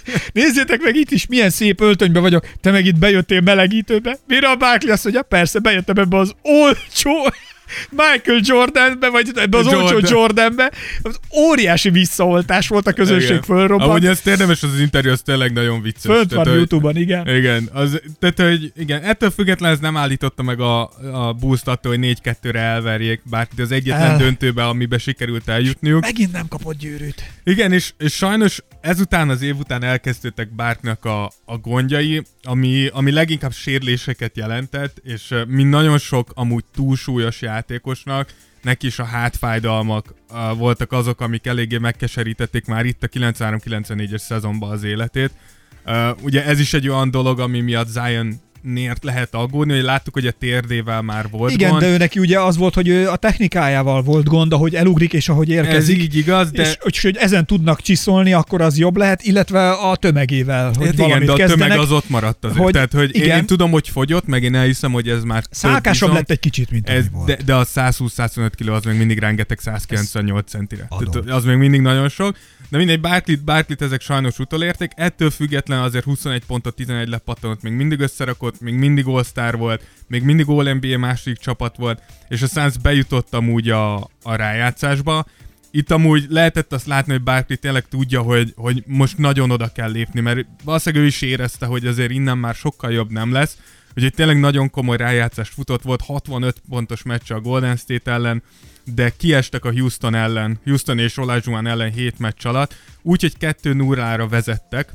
Nézzétek meg itt is, milyen szép öltönyben vagyok. Te meg itt bejöttél melegítőbe. Mire a Barkley azt mondja, persze, bejöttem ebbe az olcsó Michael Jordanbe, vagy ebbe az olcsó Jordanbe. Az óriási visszaoltás volt, a közönség fölrobbant. Amúgy ezt érdemes, az interjú, az tényleg nagyon vicces. Fönt van YouTube-on, igen. Igen, tehát, hogy igen, ettől függetlenül ez nem állította meg a Bulls-t attól, hogy 4-2-re elverjék Barkley az egyetlen döntőbe, amiben sikerült eljutniuk. Megint nem kapott gyűrűt. Igen, és sajnos ezután az év után elkezdődtek Barkleynek a gondjai, ami leginkább sérüléseket jelentett, és mint nagyon sok amúgy túlsúlyos játékosnak, neki is a hátfájdalmak voltak azok, amik eléggé megkeserítették már itt a 93-94-es szezonban az életét. Ugye ez is egy olyan dolog, ami miatt Zion-nért lehet aggódni, hogy láttuk, hogy a térdével már volt igen, gond. de ő neki ugye az volt, hogy ő a technikájával volt gond, ahogy elugrik és ahogy érkezik. Ez így igaz, de... És hogy ezen tudnak csiszolni, akkor az jobb lehet, illetve a tömegével, hogy hát valamit igen, de a kezdenek. tömeg az ott maradt azért. Hogy, tehát, hogy igen. én tudom, hogy fogyott, meg én elhiszem, hogy ez már szálkásabb lett egy kicsit, mint ami volt. De a 120-125 kg az még mindig rengeteg 198 centire. Tehát az még mindig nagyon sok. De mindegy, Barkleyt ezek sajnos utolérték, ettől független azért 21 pontot, 11 lepattanott, még mindig összerakott, még mindig All-Star volt, még mindig All-NBA második csapat volt, és a Suns bejutott amúgy a rájátszásba. Itt amúgy lehetett azt látni, hogy Barkley tényleg tudja, hogy most nagyon oda kell lépni, mert valószínűleg ő is érezte, hogy azért innen már sokkal jobb nem lesz, úgyhogy tényleg nagyon komoly rájátszást futott, volt 65 pontos meccse a Golden State ellen, de kiestek a Houston és Olajuwon ellen 7 meccs alatt, úgyhogy 2-0-ra vezettek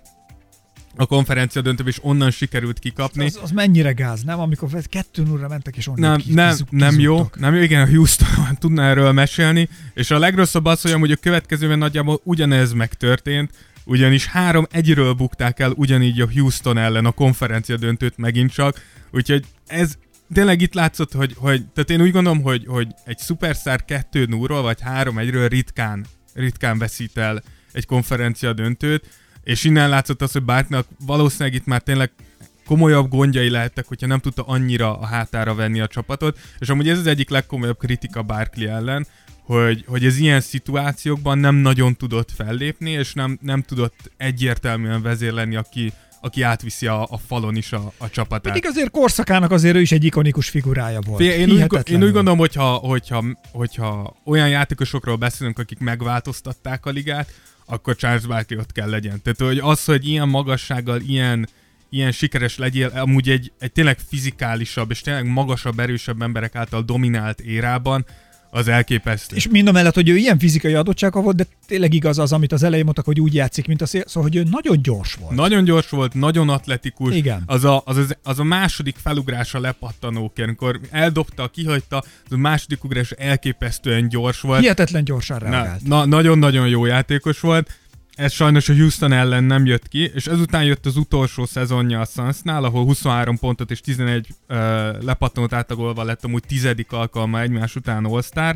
a konferencia döntőbe, és onnan sikerült kikapni. Az mennyire gáz, nem? Amikor 2-0-ra mentek, és onnan nem jó, igen, a Houston tudna erről mesélni, és a legrosszabb az, hogy amúgy a következőben nagyjából ugyanez megtörtént, ugyanis 3-1-ről bukták el ugyanígy a Houston ellen a konferencia döntőt megint csak, úgyhogy ez tényleg itt látszott, hogy tehát én úgy gondolom, hogy egy szupersztár 2-0-ról vagy 3-1-ről ritkán veszít el egy konferencia döntőt, és innen látszott az, hogy Barkleynak valószínűleg itt már tényleg komolyabb gondjai lehettek, hogyha nem tudta annyira a hátára venni a csapatot, és amúgy ez az egyik legkomolyabb kritika Barkley ellen, hogy ez ilyen szituációkban nem nagyon tudott fellépni, és nem tudott egyértelműen vezérleni, aki átviszi a falon is a csapatát. Pedig azért korszakának azért ő is egy ikonikus figurája volt. Én úgy gondolom, hogyha olyan játékosokról beszélünk, akik megváltoztatták a ligát, akkor Charles Barkley ott kell legyen. Tehát hogy ilyen magassággal, ilyen sikeres legyél, amúgy egy tényleg fizikálisabb és tényleg magasabb, erősebb emberek által dominált érában, az elképesztő. És mind a mellett, hogy ő ilyen fizikai adottsága volt, de tényleg igaz az, amit az elején mondtak, hogy úgy játszik, mint a szél, szóval, hogy ő nagyon gyors volt. Nagyon gyors volt, nagyon atletikus. Igen. Az a második felugrása lepattanóként, amikor eldobta, kihagyta, az a második ugrás elképesztően gyors volt. Hihetetlen gyorsan reagált. Nagyon-nagyon jó játékos volt. Ez sajnos a Houston ellen nem jött ki, és ezután jött az utolsó szezonja a Sunsnál, ahol 23 pontot és 11 lepattanót átlagolva lett amúgy 10. alkalma egymás után All-Star.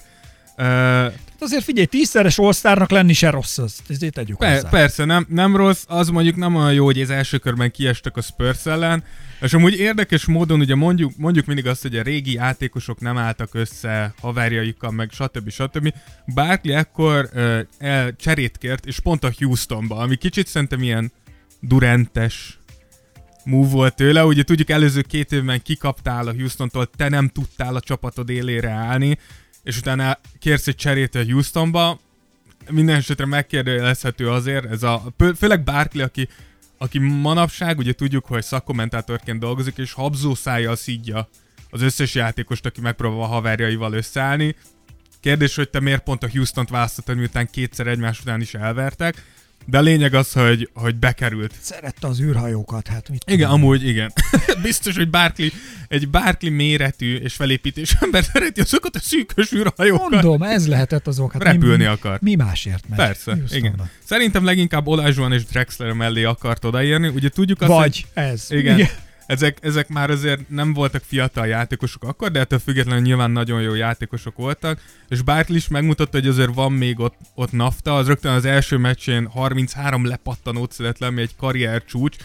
Azért figyelj, 10-szeres All-Starnak lenni se rossz, ezért tegyük hozzá. Persze, nem rossz, az mondjuk nem olyan jó, hogy az első körben kiestek a Spurs ellen, és amúgy érdekes módon ugye mondjuk mindig azt, hogy a régi játékosok nem álltak össze haverjaikkal, meg stb. Barkley ekkor cserét kért, és pont a Houstonba, ami kicsit szerintem ilyen Durantes move volt tőle. Ugye tudjuk, előző 2 évben kikaptál a Houstontól, te nem tudtál a csapatod élére állni, és utána kérsz egy cserét a Houstonba, minden esetre megkérdőjelezhető azért, főleg Barkley, aki manapság, ugye tudjuk, hogy szakkommentátorként dolgozik, és habzószájjal szídja az összes játékost, aki megpróbál a haverjaival összeállni. Kérdés, hogy te miért pont a Houstont választottad, miután 2-szer egymás után is elvertek, de a lényeg az, hogy bekerült. Szerette az űrhajókat, hát mit igen, tudom. Amúgy igen. Biztos, hogy egy Barkley méretű és felépítés ember szereti azokat a szűkös űrhajókat. Mondom, ez lehetett az okat. Repülni akar. Mi másért megy? Persze, Houstonba. Igen. Szerintem leginkább Olajuwon és Drexler mellé akart odaérni. Ugye tudjuk azt, vagy ez. Igen. Ezek már azért nem voltak fiatal játékosok akkor, de ettől függetlenül nyilván nagyon jó játékosok voltak, és Barkley is megmutatta, hogy azért van még ott nafta, az rögtön az első meccsén 33 lepattanót szedett le, ami egy karrier csúcs,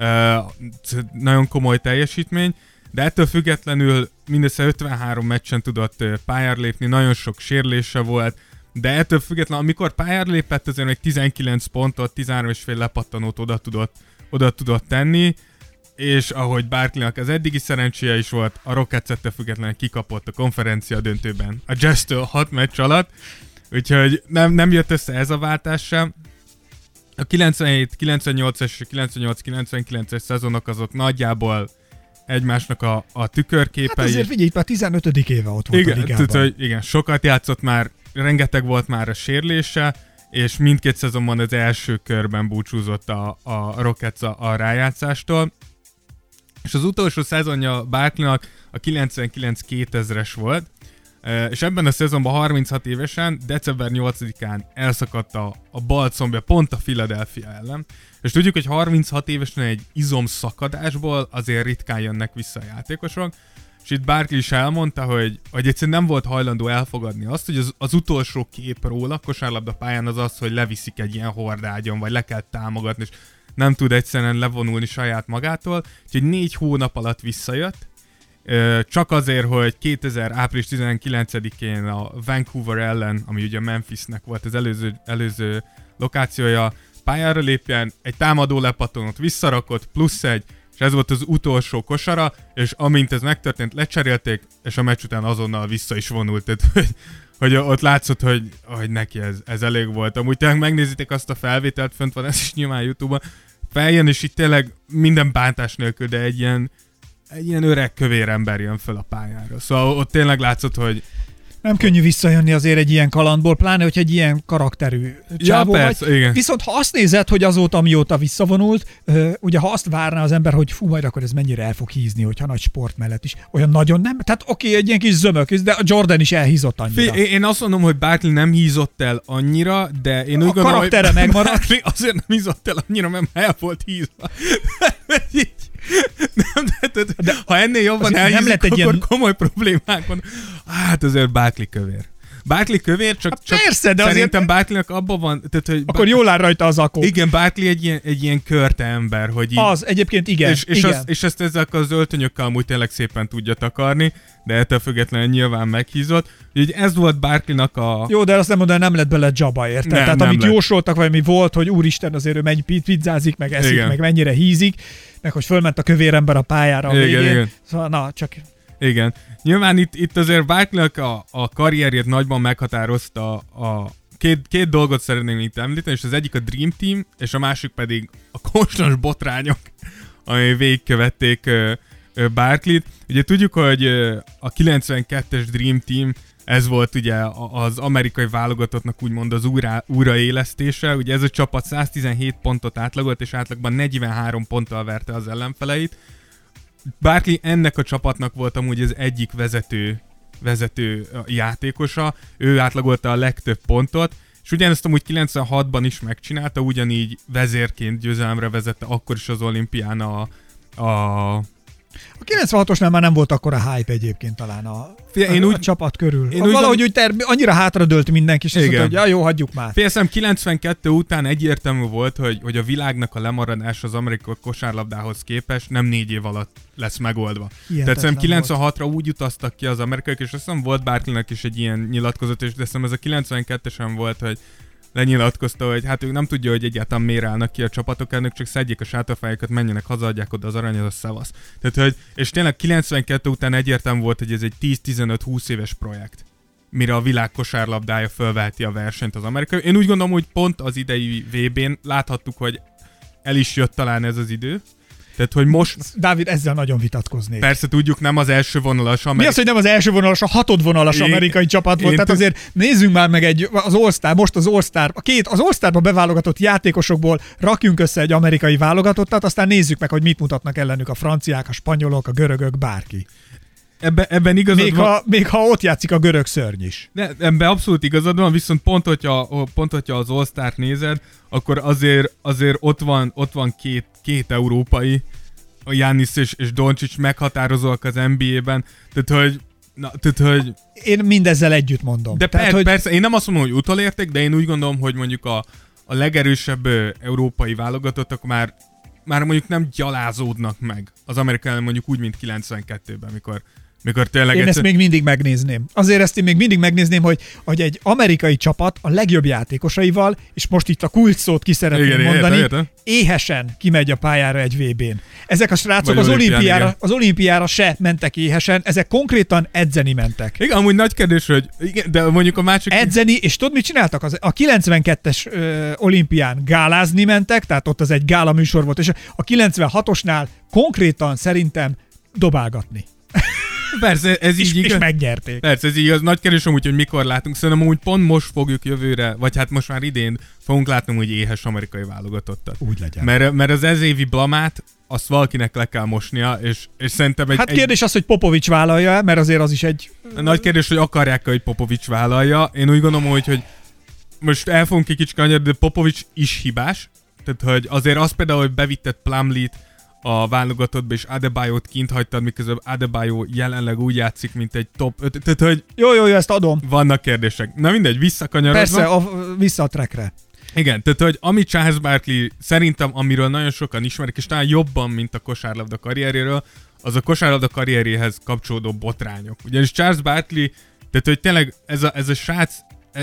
nagyon komoly teljesítmény, de ettől függetlenül mindössze 53 meccsen tudott pályára lépni, nagyon sok sérülése volt, de ettől függetlenül, amikor pályára lépett, azért még 19 pontot, 13,5 lepattanót oda tudott tenni, és ahogy Barkleynak az eddigi szerencséje is volt, a Rockets ettől függetlenül kikapott a konferencia döntőben a Jazz-től 6 meccs alatt, úgyhogy nem jött össze ez a váltás sem. A 97-98-es és 98-99-es szezonok azok nagyjából egymásnak a tükörképei. Hát azért figyelj, itt már 15. éve ott volt a ligában. Igen, sokat játszott már, rengeteg volt már a sérülése, és mindkét szezonban az első körben búcsúzott a Rockets a rájátszástól. És az utolsó szezonja Barkleynak a 99-2000-es volt, és ebben a szezonban 36 évesen, december 8-án elszakadt a bal combja pont a Philadelphia ellen, és tudjuk, hogy 36 évesen egy izomszakadásból azért ritkán jönnek vissza a játékosok, és itt Barkley is elmondta, hogy egyszerűen nem volt hajlandó elfogadni azt, hogy az utolsó kép róla kosárlabda pályán az, hogy leviszik egy ilyen hordágyon, vagy le kell támogatni, és nem tud egyszerűen levonulni saját magától, úgyhogy 4 hónap alatt visszajött, csak azért, hogy 2000. április 19-én a Vancouver ellen, ami ugye Memphisnek volt az előző lokációja, pályára lépjen, egy támadó lepattanót visszarakott, plusz egy, és ez volt az utolsó kosara, és amint ez megtörtént, lecserélték, és a meccs után azonnal vissza is vonult, tehát, hogy ott látszott, hogy neki ez elég volt. Amúgy tényleg megnézitek azt a felvételt, fönt van ez is nyilván YouTube-on, feljön, és itt tényleg minden bántás nélkül, de egy ilyen öreg kövér ember jön föl a pályára. Szóval ott tényleg látszott, hogy nem könnyű visszajönni azért egy ilyen kalandból, pláne, hogy egy ilyen karakterű csávó persze, vagy. Igen. Viszont ha azt nézed, hogy azóta, mióta visszavonult, ugye ha azt várná az ember, hogy majd akkor ez mennyire el fog hízni, hogyha nagy sport mellett is. Olyan nagyon nem. Tehát oké, egy ilyen kis zömök, de a Jordan is elhízott annyira. Én azt mondom, hogy Barkley nem hízott el annyira, de én úgy gondolom, hogy megmaradt. Azért nem hízott el annyira, mert el volt hízva. De ha ennél jobban elhízik, akkor ilyen komoly problémák van. Hát azért Barkley kövér. Barkley kövér, csak persze, de szerintem Barkleynak abban van... Tehát, hogy akkor jól áll rajta az akó. Igen, Barkley egy ilyen körte ember, hogy így, az, egyébként igen. És ezt ezzel az öltönyökkel amúgy tényleg szépen tudja takarni, de ettől függetlenül nyilván meghízott. Úgyhogy ez volt Barkleynak a... Jó, de azt nem mondom, nem lett bele dzsaba, érted? Tehát nem amit lett. Jósoltak, vagy mi volt, hogy úristen, azért ő mennyi pizzázik, meg eszik, igen. meg mennyire hízik, meg hogy fölment a kövér ember a pályára a végén. Igen. Szóval, na, csak... Igen. Nyilván itt azért Barkleynak a karrierjét nagyban meghatározta a két dolgot szeretném itt említeni, és az egyik a Dream Team, és a másik pedig a konstans botrányok, ami végigkövették Barkleyt. Ugye tudjuk, hogy a 92-es Dream Team, ez volt ugye az amerikai válogatottnak úgymond az újraélesztése. Ugye ez a csapat 117 pontot átlagolt, és átlagban 43 ponttal verte az ellenfeleit. Barkley ennek a csapatnak volt amúgy az egyik vezető játékosa, ő átlagolta a legtöbb pontot, és ugyanezt amúgy 96-ban is megcsinálta, ugyanígy vezérként győzelemre vezette akkor is az olimpián a 96-osnál már nem volt akkora hype egyébként talán a csapat körül. Valahogy annyira hátradőlt mindenki, és azt mondta, hogy ja, jó, hagyjuk már. Félszem 92 után egyértelmű volt, hogy a világnak a lemaradás az amerikai kosárlabdához képest nem 4 év alatt lesz megoldva. Hihetetlen. Tehát szerintem 96-ra úgy utaztak ki az amerikaiak, és azt hiszem volt Barkleynek is egy ilyen nyilatkozat, és de szerintem ez a 92-esen volt, hogy lenyilatkozta, hogy hát ő nem tudja, hogy egyáltalán miért állnak ki a csapatok, ennek csak szedjék a sátorfájukat, menjenek haza, adják oda az aranyat, a szevasz. Tehát, hogy, és tényleg 92 után egyértelmű volt, hogy ez egy 10-15-20 éves projekt, mire a világ kosárlabdája fölveheti a versenyt az amerikai. Én úgy gondolom, hogy pont az idei VB-n láthattuk, hogy el is jött talán ez az idő. Tehát, hogy most... Dávid, ezzel nagyon vitatkoznék. Persze tudjuk, nem az első vonalas Mi az, hogy nem az első vonalas, a hatodvonalas amerikai csapat volt? Tehát azért nézzünk már meg az All-Star, most az All-Star, az All-Starba beválogatott játékosokból rakjunk össze egy amerikai válogatottat, aztán nézzük meg, hogy mit mutatnak ellenük a franciák, a spanyolok, a görögök, bárki. Ebben igazad van. Még ha ott játszik a görög szörny is. De ebben abszolút igazad van, viszont pont, hogyha az All-Start nézed, akkor azért ott van két európai, a Giannis és Doncic meghatározóak az NBA-ben, tehát hogy... Én mindezzel együtt mondom. De persze, én nem azt mondom, hogy utolérték, de én úgy gondolom, hogy mondjuk a legerősebb európai válogatottak már mondjuk nem gyalázódnak meg az amerikai, mondjuk úgy, mint 92-ben, Mikor tényleg Én ezt még mindig megnézném. Azért ezt én még mindig megnézném, hogy egy amerikai csapat a legjobb játékosaival, és most itt a kulcs szót ki szeretném mondani, értem. Éhesen kimegy a pályára egy VB-n. Ezek a srácok az olimpiára se mentek éhesen, ezek konkrétan edzeni mentek. Igen, amúgy nagy kérdés, hogy igen, de mondjuk a másik... Edzeni, és tudod, mit csináltak? A 92-es olimpián gálázni mentek, tehát ott az egy gála műsor volt, és a 96-osnál konkrétan szerintem dobálgatni. Persze, ez így igaz. És megnyerték. Persze, ez igaz. Nagy kérdés amúgy, hogy mikor látunk. Szerintem úgy pont most fogjuk jövőre, vagy hát most már idén fogunk látni, hogy éhes amerikai válogatottat. Úgy legyen. Mert az ez évi blamát, azt valakinek le kell mosnia, és szerintem Hát kérdés az, hogy Popovics vállalja, mert azért az is egy... Nagy kérdés, hogy akarják, hogy Popovics vállalja. Én úgy gondolom, hogy most el fogunk egy kicsit kanyarni, de Popovics is hibás. Tehát, hogy azért az például, hogy bevitted Plumlee-t a válogatottba, és Adebayot kint hagytad, miközben Adebayo jelenleg úgy játszik, mint egy top 5. Tehát, hogy jó, ezt adom. Vannak kérdések. Na mindegy, visszakanyarodva. Persze, vissza a trackre. Igen, tehát, hogy ami Charles Barkley szerintem, amiről nagyon sokan ismerik, és talán jobban, mint a kosárlabda karrierjéről, az a kosárlabda karrieréhez kapcsolódó botrányok. Ugyanis Charles Barkley, tehát, hogy tényleg ez a srác,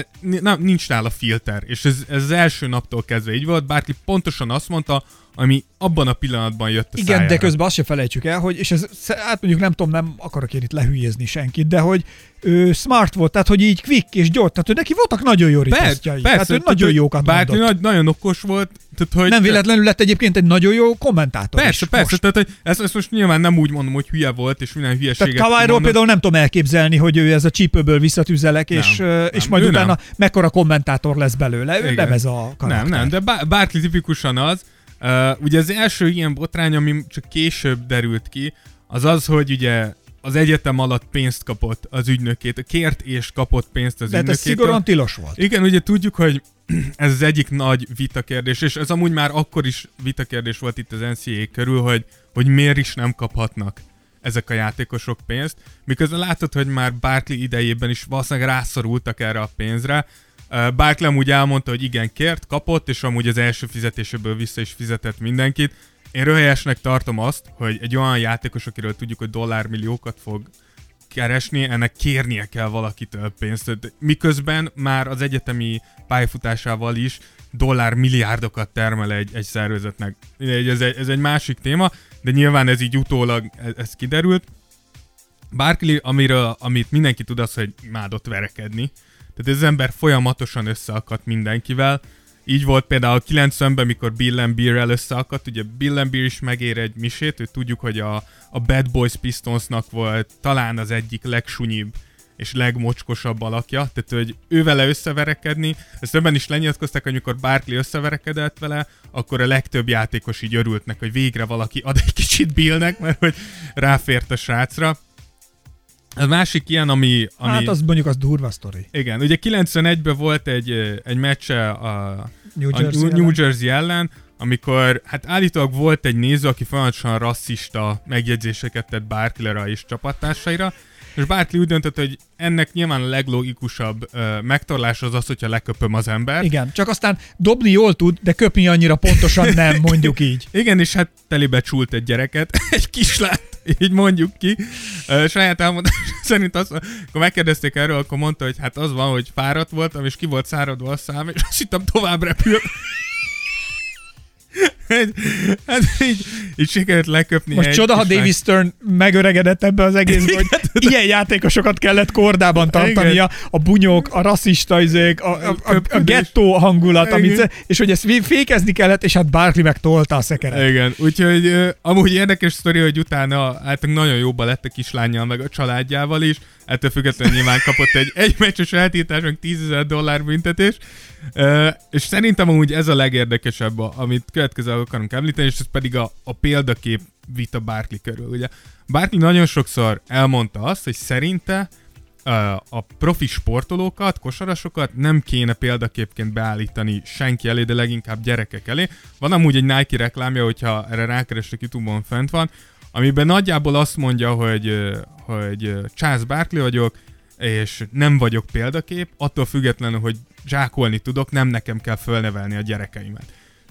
nincs nála filter, és ez az első naptól kezdve így volt. Barkley pontosan azt mondta, ami abban a pillanatban jött a szájára. Igen, de közben azt se felejtsük el, hogy, és ez, hát mondjuk nem tudom, nem akarok én itt lehülyézni senkit, de hogy ő smart volt, tehát hogy így quick és gyors, tehát hogy neki voltak nagyon jó riposztjai. Tehát ő nagyon jókat Barkley mondott. Nagyon okos volt. Tehát, hogy nem véletlenül lett egyébként egy nagyon jó kommentátor. Persze, tehát hogy ezt most nyilván nem úgy mondom, hogy hülye volt, és minden hülyeséget tehát Kawhiról például nem tudom elképzelni, hogy ő ez a csípőből visszatüzelek, és majd utána mekkora kommentátor lesz belőle. Ő nem ez a karakter. Nem, de Barkley tipikusan az. Ugye az első ilyen botrány, ami csak később derült ki, az, hogy ugye az egyetem alatt pénzt kapott az ügynökét, kért és kapott pénzt az ügynökét. Ez szigorúan tilos volt. Igen, ugye tudjuk, hogy ez az egyik nagy vitakérdés, és ez amúgy már akkor is vitakérdés volt itt az NCAA körül, hogy miért is nem kaphatnak ezek a játékosok pénzt, miközben látod, hogy már Barkley idejében is valószínűleg rászorultak erre a pénzre. Barkley amúgy elmondta, hogy igen, kért, kapott, és amúgy az első fizetéséből vissza is fizetett mindenkit. Én röhelyesnek tartom azt, hogy egy olyan játékos, akiről tudjuk, hogy dollármilliókat fog keresni, ennek kérnie kell valakitől pénzt. Miközben már az egyetemi pályafutásával is dollármilliárdokat termel egy szervezetnek. Ez egy másik téma, de nyilván ez így utólag ez kiderült. Barkley, amit mindenki tud, az, hogy imádott verekedni. Tehát ez az ember folyamatosan összeakadt mindenkivel. Így volt például 90-ben, mikor Bill Laimbeer-rel összeakadt, ugye Bill Laimbeer is megér egy misét, ő tudjuk, hogy a Bad Boys Pistonsnak volt talán az egyik legsunyibb és legmocskosabb alakja, tehát hogy ő vele összeverekedni, ezt többen is lenyilatkozták, hogy amikor Barkley összeverekedett vele, akkor a legtöbb játékos így örültnek, hogy végre valaki ad egy kicsit Billnek, mert hogy ráfért a srácra. A másik ilyen, ami... Hát az mondjuk az durva sztori. Igen, ugye 91-ben volt egy meccse a New Jersey ellen, amikor hát állítólag volt egy néző, aki folyamatosan rasszista megjegyzéseket tett Barkleyra és csapattársaira, és Barkley úgy döntött, hogy ennek nyilván a leglogikusabb megtorlás az, hogyha leköpöm az ember. Igen, csak aztán dobni jól tud, de köpni annyira pontosan nem, mondjuk így. Igen, és hát telébe csult egy gyereket, egy kislányt, így mondjuk ki. Saját elmondás szerint akkor megkérdezték erről, akkor mondta, hogy hát az van, hogy fáradt voltam, és ki volt száradva a szám, és azt hittem tovább repült. Hát így sikerült leköpni. Most csoda, ha David Stern megöregedett ebbe az egészbe, hogy ilyen játékosokat kellett kordában tartania, a bunyók, a rasszista izék, a gettó hangulat, és hogy ezt fékezni kellett, és hát Barkley meg tolta a szekeret. Igen, úgyhogy amúgy érdekes sztori, hogy utána hát nagyon jóba lett a kislánnyal, meg a családjával is, ettől függetlenül nyilván kapott egy meccses eltiltás, meg $10,000 büntetés, és szerintem amúgy ez a legérdekesebb, amit következő akarunk említeni, és ez pedig a példakép vita Barkley körül. Ugye Barkley nagyon sokszor elmondta azt, hogy szerinte a profi sportolókat, kosarasokat nem kéne példaképként beállítani senki elé, de leginkább gyerekek elé. Van amúgy egy Nike reklámja, hogyha erre rákerestek, YouTube-on fent van, amiben nagyjából azt mondja, hogy Charles Barkley vagyok, és nem vagyok példakép, attól függetlenül, hogy zsákolni tudok, nem nekem kell fölnevelni a gyerekeimet. És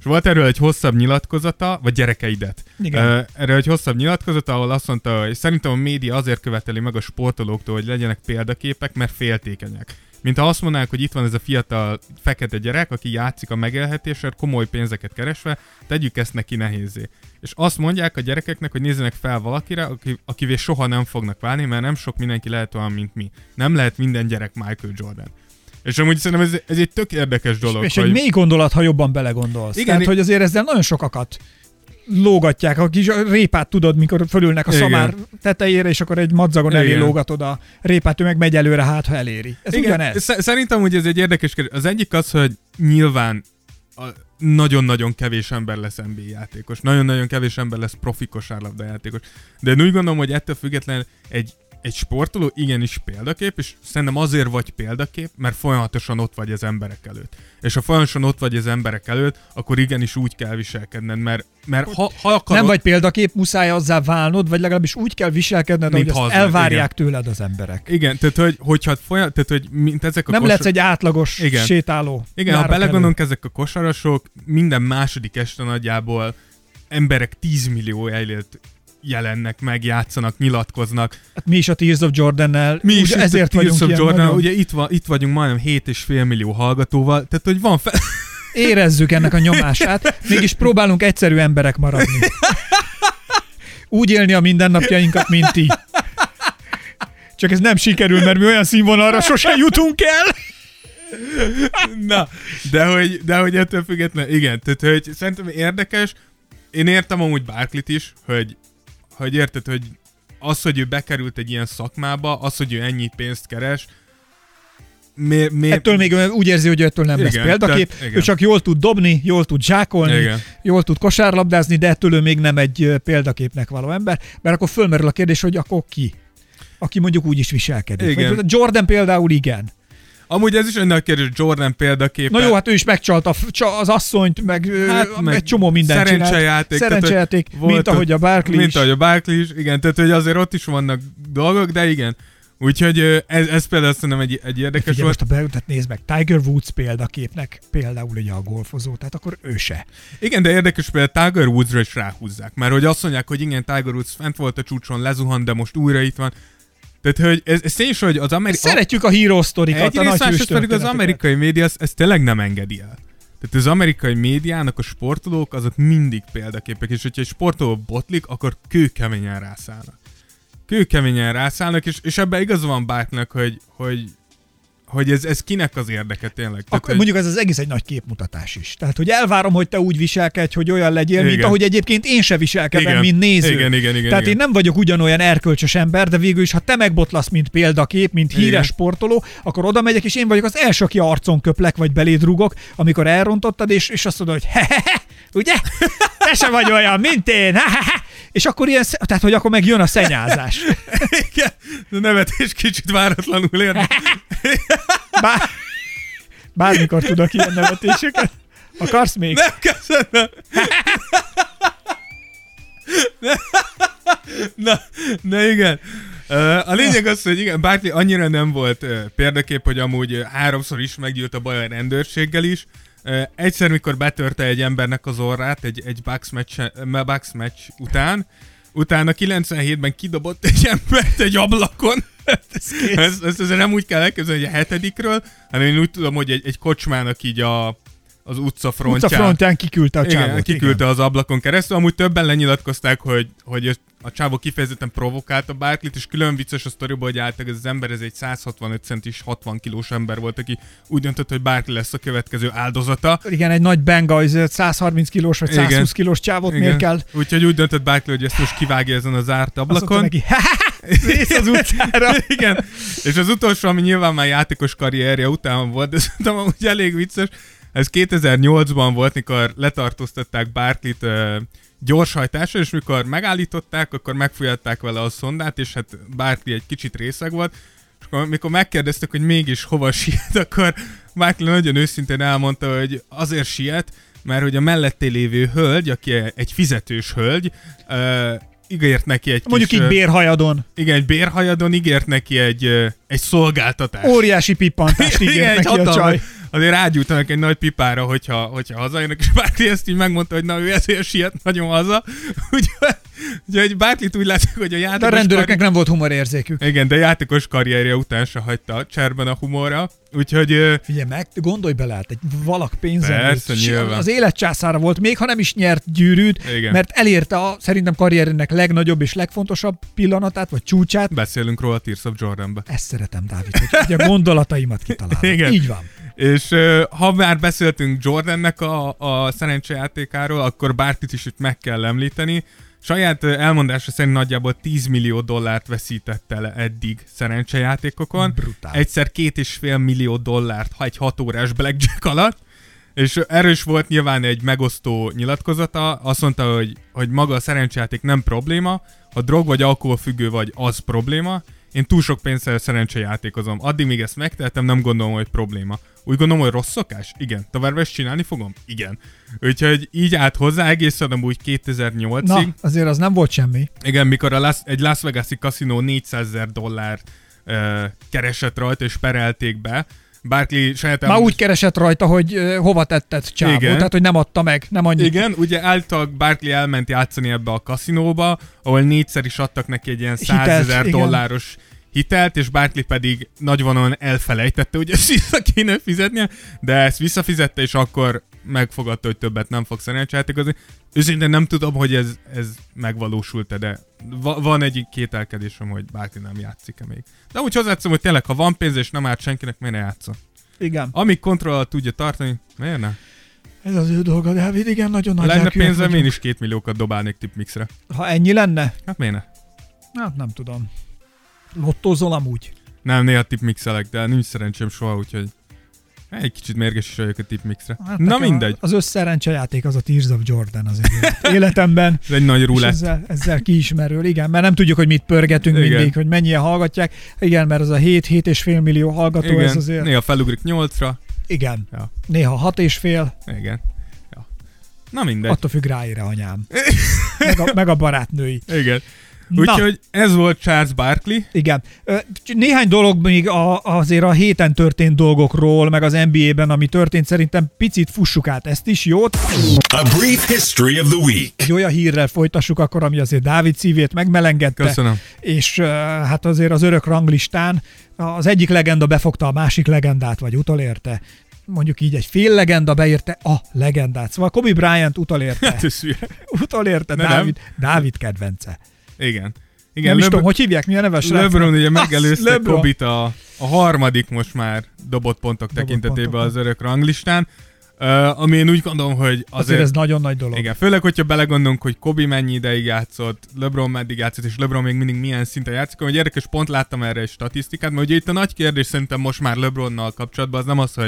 volt erről egy hosszabb nyilatkozata, vagy gyerekeidet. Erről egy hosszabb nyilatkozata, ahol azt mondta, hogy szerintem a média azért követeli meg a sportolóktól, hogy legyenek példaképek, mert féltékenyek. Mint ha azt mondanák, hogy itt van ez a fiatal fekete gyerek, aki játszik a megélhetésért, komoly pénzeket keresve, tegyük ezt neki nehézzé. És azt mondják a gyerekeknek, hogy nézzenek fel valakire, akivé soha nem fognak válni, mert nem sok mindenki lehet olyan, mint mi. Nem lehet minden gyerek Michael Jordan. És amúgy szerintem ez egy tök érdekes dolog. És egy mély gondolat, ha jobban belegondolsz. Igen, tehát, hogy azért ezzel nagyon sokakat lógatják, a kis répát tudod, mikor fölülnek a szamár tetejére, és akkor egy madzagon elé lógatod a répát, ő meg megy előre, hát ha eléri. Ez ugyanez. Szerintem, hogy ez egy érdekes kérdés. Az egyik az, hogy nyilván nagyon-nagyon kevés ember lesz NBA játékos, nagyon-nagyon kevés ember lesz profi kosárlabda játékos. De én úgy gondolom, hogy ettől függetlenül egy sportoló igenis példakép, és szerintem azért vagy példakép, mert folyamatosan ott vagy az emberek előtt. És ha folyamatosan ott vagy az emberek előtt, akkor igenis úgy kell viselkedned, mert ha akarod... Nem vagy példakép, muszáj azzá válnod, vagy legalábbis úgy kell viselkedned, hogy azt elvárják tőled az emberek. Igen, tehát hogy mint ezek a nem lesz egy átlagos sétáló. Igen, ha belegondolunk, ezek a kosarasok minden második este nagyjából emberek 10 millió elért jelennek meg, játszanak, nyilatkoznak. Hát mi is a Tears of Jordan-nel, mi is ezért vagyunk Tears of Jordan, nagyon... ugye itt vagyunk majdnem 7,5 millió hallgatóval, tehát hogy van érezzük ennek a nyomását, mégis próbálunk egyszerű emberek maradni. Úgy élni a mindennapjainkat, mint ti. Csak ez nem sikerül, mert mi olyan színvonalra sosem jutunk el. Na, de hogy ettől függetlenül, igen, tehát hogy szerintem érdekes, én értem amúgy Barkleyt is, hogy érted, hogy az, hogy ő bekerült egy ilyen szakmába, az, hogy ő ennyi pénzt keres, ettől még úgy érzi, hogy ettől nem lesz példakép. Ő csak jól tud dobni, jól tud zsákolni, jól tud kosárlabdázni, de ettől ő még nem egy példaképnek való ember, mert akkor fölmerül a kérdés, hogy akkor ki? Aki mondjuk úgy is viselkedik. Jordan például igen. Amúgy ez is egy nagy kérdés, Jordan példaképe. Na jó, hát ő is megcsalta az asszonyt, meg egy csomó mindent csinált. Szerencsejáték, mint ahogy a Barkley is. Mint ahogy a Barkley is, igen, tehát hogy azért ott is vannak dolgok, de igen. Úgyhogy ez például szerintem egy érdekes volt. Most tehát nézd meg, Tiger Woods példaképnek például ugye a golfozó, tehát akkor ő se. Igen, de érdekes például Tiger Woodsra is ráhúzzák, mert hogy azt mondják, hogy igen, Tiger Woods fent volt a csúcson, lezuhant, de most újra itt van. Tehát, hogy ez tényleg, hogy az szeretjük a hero sztorikat, a nagy hős pedig az amerikai média ezt tényleg nem engedi el. Tehát az amerikai médiának a sportolók azok mindig példaképek, és hogyha egy sportoló botlik, akkor kőkeményen rászállnak. És ebben igaz van Barkleynek, hogy ez kinek az érdeke tényleg. Tehát, mondjuk ez az egész egy nagy képmutatás is. Tehát, hogy elvárom, hogy te úgy viselkedj, hogy olyan legyél, mint ahogy egyébként én se viselkedem, mint néző. Igen. Én nem vagyok ugyanolyan erkölcsös ember, de végül is, ha te megbotlasz, mint példakép, mint híres sportoló, akkor oda megyek, és én vagyok az első, aki arcon köplek, vagy beléd rúgok, amikor elrontottad, és azt mondod, hogy ugye? Te se vagy olyan, mint én! És akkor ilyen, tehát, hogy akkor meg jön a szennyázás. Igen, a nevetés kicsit váratlanul érni. Bármikor tudok ilyen nevetéseket. Akarsz még? Nem, köszönöm. Na igen. A lényeg az, hogy igen, Barkley annyira nem volt példakép, hogy amúgy 3-szor is meggyűlt a baj a rendőrséggel is. Egyszer, mikor betörte egy embernek az orrát egy Bucks meccs után, utána 97-ben kidobott egy embert egy ablakon. Ezt azért nem úgy kell elképzelni, hogy a 7-ről, hanem én úgy tudom, hogy egy kocsmának így az utcafrontján kiküldte a csávót. Igen, kiküldte az ablakon keresztül. Amúgy többen lenyilatkozták, hogy a csávó kifejezetten provokálta Barkleyt, és külön vicces a sztoriból, hogy általában ez az ember, ez egy 165 centis, 60 kilós ember volt, aki úgy döntött, hogy Barkley lesz a következő áldozata. Igen, egy nagy benga, 130 kilós vagy 120 kilós csávót miért kell? Úgyhogy úgy döntött Barkley, hogy ezt most kivágja ezen a zárt ablakon. Neki, rész az utcára. Igen. És az utolsó, ami nyilván már játékos karrierje után volt, de szerintem amúgy elég vicces. Ez 2008-ban volt, mikor letartóztatták Barkleyt gyorshajtásra, és mikor megállították, akkor megfújatták vele a szondát, és hát Barkley egy kicsit részeg volt, és akkor, mikor megkérdeztek, hogy mégis hova siet, akkor Barkley nagyon őszintén elmondta, hogy azért siet, mert hogy a mellette lévő hölgy, aki egy fizetős hölgy, ígért neki egy mondjuk így bérhajadon. Igen, egy bérhajadon ígért neki egy szolgáltatást. Óriási pippantást ígért neki a csaj. azért rágyújtanak egy nagy pipára, hogyha hazajönnek, és Barkley ezt így megmondta, hogy na ő ezért siet nagyon haza. Úgyhogy Barkleyt úgy látszik, hogy a játékos... De a rendőröknek nem volt humorérzékük. Igen, de a játékos karrierje után se hagyta cserben a humorra, úgyhogy... Figyelj, gondolj bele, hát egy valak pénzen. Persze, nyilván. Az élet császára volt, még ha nem is nyert gyűrűt, igen. Mert elérte szerintem karrierének legnagyobb és legfontosabb pillanatát, vagy csúcsát. Beszélünk róla a Tears of Jordanbe. Ezt szeretem, Dávid, hogy a gondolataimat kitalálom. Igen. Így van. És ha már beszéltünk Jordannek a szerencsejátékáról, akkor Barkleyt is itt meg kell említeni. Saját elmondása szerint nagyjából $10 millió veszített el eddig szerencsejátékokon. Brutál. Egyszer $2,5 millió egy 6 órás blackjack alatt. És erről is volt nyilván egy megosztó nyilatkozata. Azt mondta, hogy maga a szerencsejáték nem probléma, ha drog vagy alkoholfüggő vagy, az probléma. Én túl sok pénzzel szerencsejátékozom. Addig, míg ezt megtehetem, nem gondolom, hogy probléma. Úgy gondolom, hogy rossz szokás? Igen. Továbbra is csinálni fogom? Igen. Úgyhogy így állt hozzá egészen amúgy 2008-ig. Na, azért az nem volt semmi. Igen, mikor egy Las Vegas-i kaszinó $400,000 keresett rajta és perelték be. Barkley saját... Már úgy keresett rajta, hogy hova tetted csávó, tehát hogy nem adta meg, nem annyit. Igen, ugye által Barkley elment játszani ebbe a kaszinóba, ahol 4-szer is adtak neki egy ilyen $100,000 hitelt, és Barkley pedig nagyvonalon elfelejtette, hogy ezt vissza kéne fizetnie, de ezt visszafizette, és akkor megfogadta, hogy többet nem fog szerencsejátékozni. Őszintén nem tudom, hogy ez megvalósult-e, de van egy kételkedésem, hogy Barkley nem játszik-e még. De úgy hozzátszom, hogy tényleg, ha van pénz és nem árt senkinek, miért ne játszol? Igen. Amíg kontrollat tudja tartani, miért ne? Ez az ő dolga, Dávid, igen, nagyon nagy lenne pénzem, én is 2 milliókat dobálnék tipmixre. Ha ennyi lenne? Hát miért ne? Hát nem tudom. Lottózol amúgy? Nem, néha tipmixelek, de nincs szerencsém soha, úgyhogy egy kicsit mérges is vagyok a tipmixre. Hát na mindegy. Az összerencsejáték az a Tears of Jordan azért életemben. Ez egy nagy rulett. Ezzel kiismerül, igen, mert nem tudjuk, hogy mit pörgetünk mindig, hogy mennyien hallgatják. Igen, mert az a 7,5 millió hallgató, igen, ez azért... néha felugrik 8-ra. Igen, ja. Néha 6,5. Igen. Ja. Na mindegy. Attól függ ráére anyám. meg a barátnői. Igen. Úgyhogy ez volt Charles Barkley. Igen. Néhány dolog még azért a héten történt dolgokról, meg az NBA-ben, ami történt, szerintem picit fussuk át ezt is, jót? A brief history of the week. Egy olyan hírrel folytassuk akkor, ami azért Dávid szívét megmelengedte. Köszönöm. És hát azért az örök ranglistán az egyik legenda befogta a másik legendát, vagy utolérte. Mondjuk így egy fél legenda beérte a legendát. Szóval Kobe Bryant utolérte. Utolérte Dávid kedvence. Igen. Nem is tudom, hogy hívják, mi a neve? LeBron ugye megelőzte Kobe-t a harmadik most már dobott pontok tekintetében az örök ranglistán, ami én úgy gondolom, hogy azért ez nagyon nagy dolog. Igen, főleg, hogyha belegondolunk, hogy Kobe mennyi ideig játszott, LeBron meddig játszott, és LeBron még mindig milyen szinten játszik, hogy érdekes, pont láttam erre egy statisztikát, mert ugye itt a nagy kérdés szerintem most már LeBronnal kapcsolatban az nem az,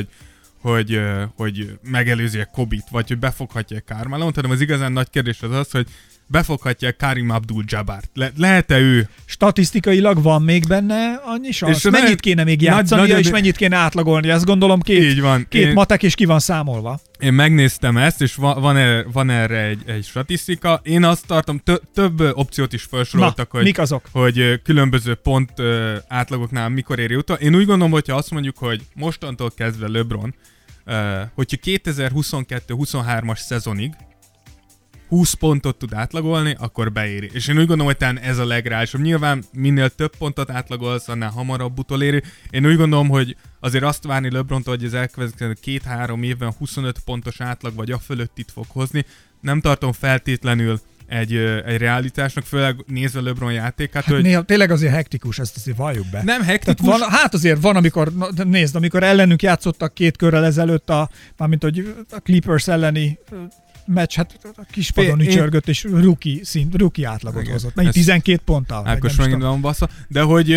hogy megelőzi-e Kobe-t, vagy hogy befoghatja Carmelont, hanem az igazán nagy kérdés az, hogy befoghatják Kareem Abdul-Jabbar-t. Lehet-e ő? Statisztikailag van még benne annyi szansz? Mennyit kéne még játszania, és mennyit kéne átlagolni? Ezt gondolom két matek, és ki van számolva. Én megnéztem ezt, és van erre egy statisztika. Én azt tartom, több opciót is felsoroltak, hogy különböző pont átlagoknál mikor éri utol. Én úgy gondolom, hogyha azt mondjuk, hogy mostantól kezdve LeBron, hogyha 2022-23-as szezonig 20 pontot tud átlagolni, akkor beéri. És én úgy gondolom, hogy talán ez a legreálisabb. Nyilván minél több pontot átlagolsz, annál hamarabb utoléri. Én úgy gondolom, hogy azért azt várni LeBrontól, hogy az elkövetkező 2-3 évben 25 pontos átlag vagy a fölöttit fog hozni. Nem tartom feltétlenül egy realitásnak, főleg nézve LeBron játékát. Hát hogy... néha tényleg azért hektikus, ezt azért valljuk be. Nem hektikus. Azért van, amikor, nézd, amikor ellenünk játszottak 2 körrel ezelőtt mármint hogy a Clippers elleni meccs, hát a kispadon ücsörgött, és rookie átlagot hozott. Mennyi 12 ponttal. Ákos megint van bassza. De hogy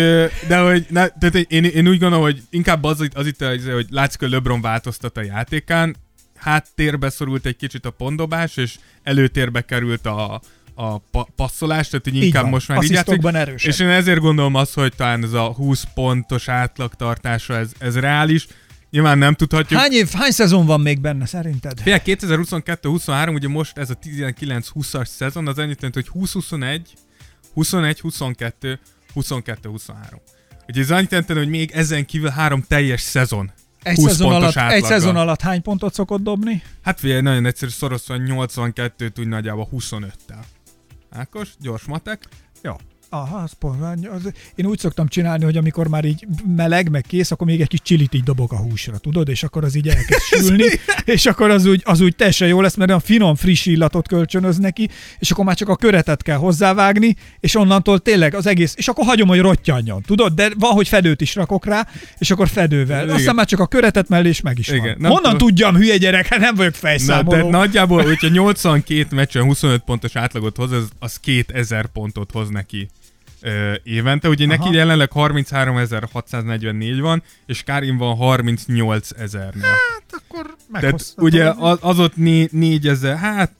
én úgy gondolom, hogy inkább az itt, hogy látszik, hogy LeBron változtat a játékán, háttérbe szorult egy kicsit a pontdobás, és előtérbe került a passzolás, tehát hogy inkább most már így játszik. Erősebb. És én ezért gondolom azt, hogy talán ez a 20 pontos átlagtartása, ez reális. Nyilván nem tudhatjuk. Hány szezon van még benne szerinted? 2022-23, ugye most ez a 19-20-as szezon, az annyit jelent, hogy 20-21, 21-22, 22-23. Ugye ez annyit jelent, hogy még ezen kívül 3 teljes szezon Egy 20 pontos átlaggal. Egy szezon alatt hány pontot szokott dobni? Hát figyelj, nagyon egyszerű, szorosan 82-t úgy nagyjából 25-tel. Ákos, gyors matek. Jó. Aha, én úgy szoktam csinálni, hogy amikor már így meleg, meg kész, akkor még egy kis csilit így dobok a húsra, tudod? És akkor az így elkezd sülni, és akkor az úgy teljesen jó lesz, mert olyan finom, friss illatot kölcsönöz neki, és akkor már csak a köretet kell hozzávágni, és onnantól tényleg az egész, és akkor hagyom, hogy rottyanjon, tudod? De van, hogy fedőt is rakok rá, és akkor fedővel. Igen. Aztán már csak a köretet mellé, és meg is Igen. van. Honnan tudjam, hülye gyerek? Hát nem vagyok fejszámoló. De nagyjából, hogyha 82 meccsen 25 pontos átlagot hoz, az 2000 pontot hoz neki évente. Ugye neki jelenleg 33.644 van, és Karim van 38.000-nél. Hát akkor meghoztatom. ugye az ott 4000, hát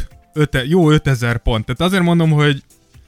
5000 pont. Tehát azért mondom, hogy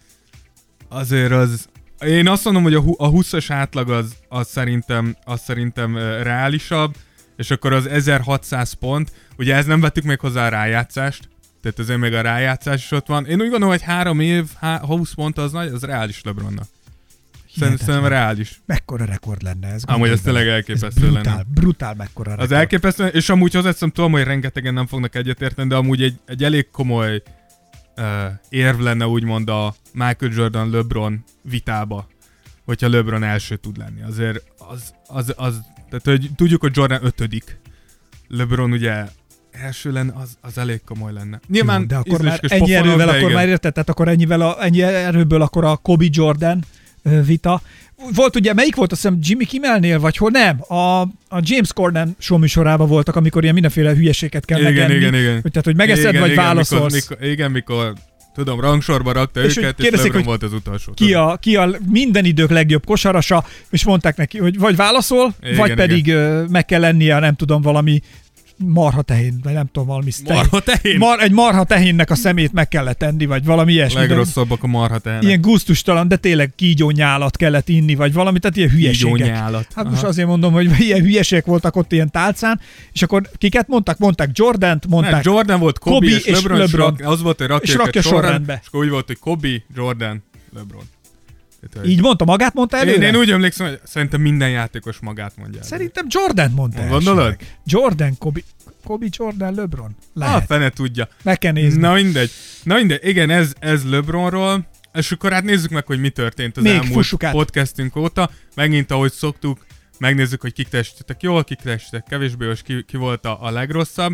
azért az... Én azt mondom, hogy a 20-as átlag az szerintem reálisabb, és akkor az 1600 pont, ugye ez nem vettük még hozzá a rájátszást, tehát azért még a rájátszás is ott van. Én úgy gondolom, hogy 3 év, 20 pont az nagy, az reális LeBronnak. Szerintem reális. Mekkora rekord lenne ez? Amúgy ez tényleg elképesztő lenne. Brutál mekkora rekord. Az elképesztő, és amúgy hozzáteszem, tudom, hogy rengetegen nem fognak egyetérteni, de amúgy egy elég komoly érv lenne úgymond a Michael Jordan LeBron vitába, hogyha LeBron első tud lenni. Azért tehát hogy tudjuk, hogy Jordan 5. LeBron ugye első lenne, az elég komoly lenne. Nyilván, de akkor már ennyi erővel, akkor már érted, tehát akkor ennyi erőből akkor a Kobe Jordan vita. Volt ugye, melyik volt, azt hiszem Jimmy Kimmelnél, vagy hol? Nem, a James Corden show műsorában voltak, amikor ilyen mindenféle hülyeséget kell megenni. Igen. Tehát, hogy megeszed, vagy válaszolsz. Mikor tudom, rangsorba rakta és őket, és LeBron volt az utolsó. Ki a minden idők legjobb kosarasa, és mondták neki, hogy vagy válaszol, vagy pedig meg kell lennie, nem tudom, valami marha tehén, vagy nem tudom, valami marha tehén? Egy marha tehénnek a szemét meg kellett enni, vagy valami ilyesmi. Legrosszabbak a marha tehének. Ilyen gusztustalan, de tényleg kígyónyálat kellett inni, vagy valami, tehát ilyen hülyeségek. Kígyónyálat. Hát most azért mondom, hogy ilyen hülyeségek voltak ott ilyen tálcán, és akkor kiket mondták? Mondták Jordant, mondták Jordan volt, Kobe és LeBron. Az volt, hogy rakja sorrendbe. És akkor úgy volt, hogy Kobe, Jordan, LeBron. Így mondta, magát mondta előre? Én úgy emlékszem, hogy szerintem minden játékos magát mondja. Szerintem Jordan mondta. Gondolod? Jordan, Kobe, Jordan, LeBron. Lehet. Fene tudja. Meg kell nézni. Na mindegy, igen, ez LeBronról, és akkor hát nézzük meg, hogy mi történt az elmúlt podcastünk óta. Megint, ahogy szoktuk, megnézzük, hogy kik teljesítettek jól, kik teljesítettek kevésbé, és ki volt a legrosszabb.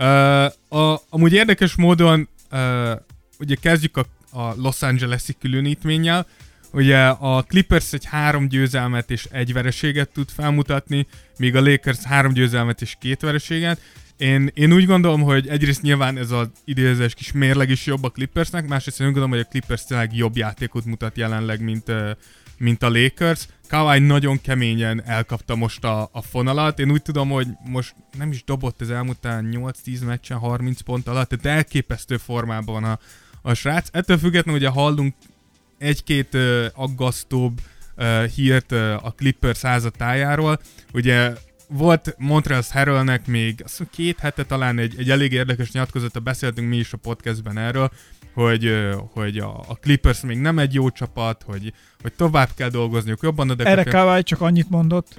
Amúgy érdekes módon, ugye kezdjük a Los Angeles-i különíténnyel. Ugye a Clippers egy 3 győzelmet és 1 vereséget tud felmutatni, míg a Lakers 3 győzelmet és 2 vereséget. Én úgy gondolom, hogy egyrészt nyilván ez az idézés kis mérleg is jobb a Clippersnek, másrészt én úgy gondolom, hogy a Clippers tényleg jobb játékot mutat jelenleg, mint a Lakers. Kawhi nagyon keményen elkapta most a fonalat. Én úgy tudom, hogy most nem is dobott az elmúlt 8-10 meccsen 30 pont alatt, tehát elképesztő formában van a srác. Ettől függetlenül ugye hallunk egy-két aggasztóbb hírt a Clippers házatájáról. Ugye volt Montrezl Harrellnek még 2 hete talán egy elég érdekes nyilatkozata, beszéltünk mi is a podcastben erről, hogy a Clippers még nem egy jó csapat, hogy tovább kell dolgozniuk jobban. De erre Kawhi csak annyit mondott.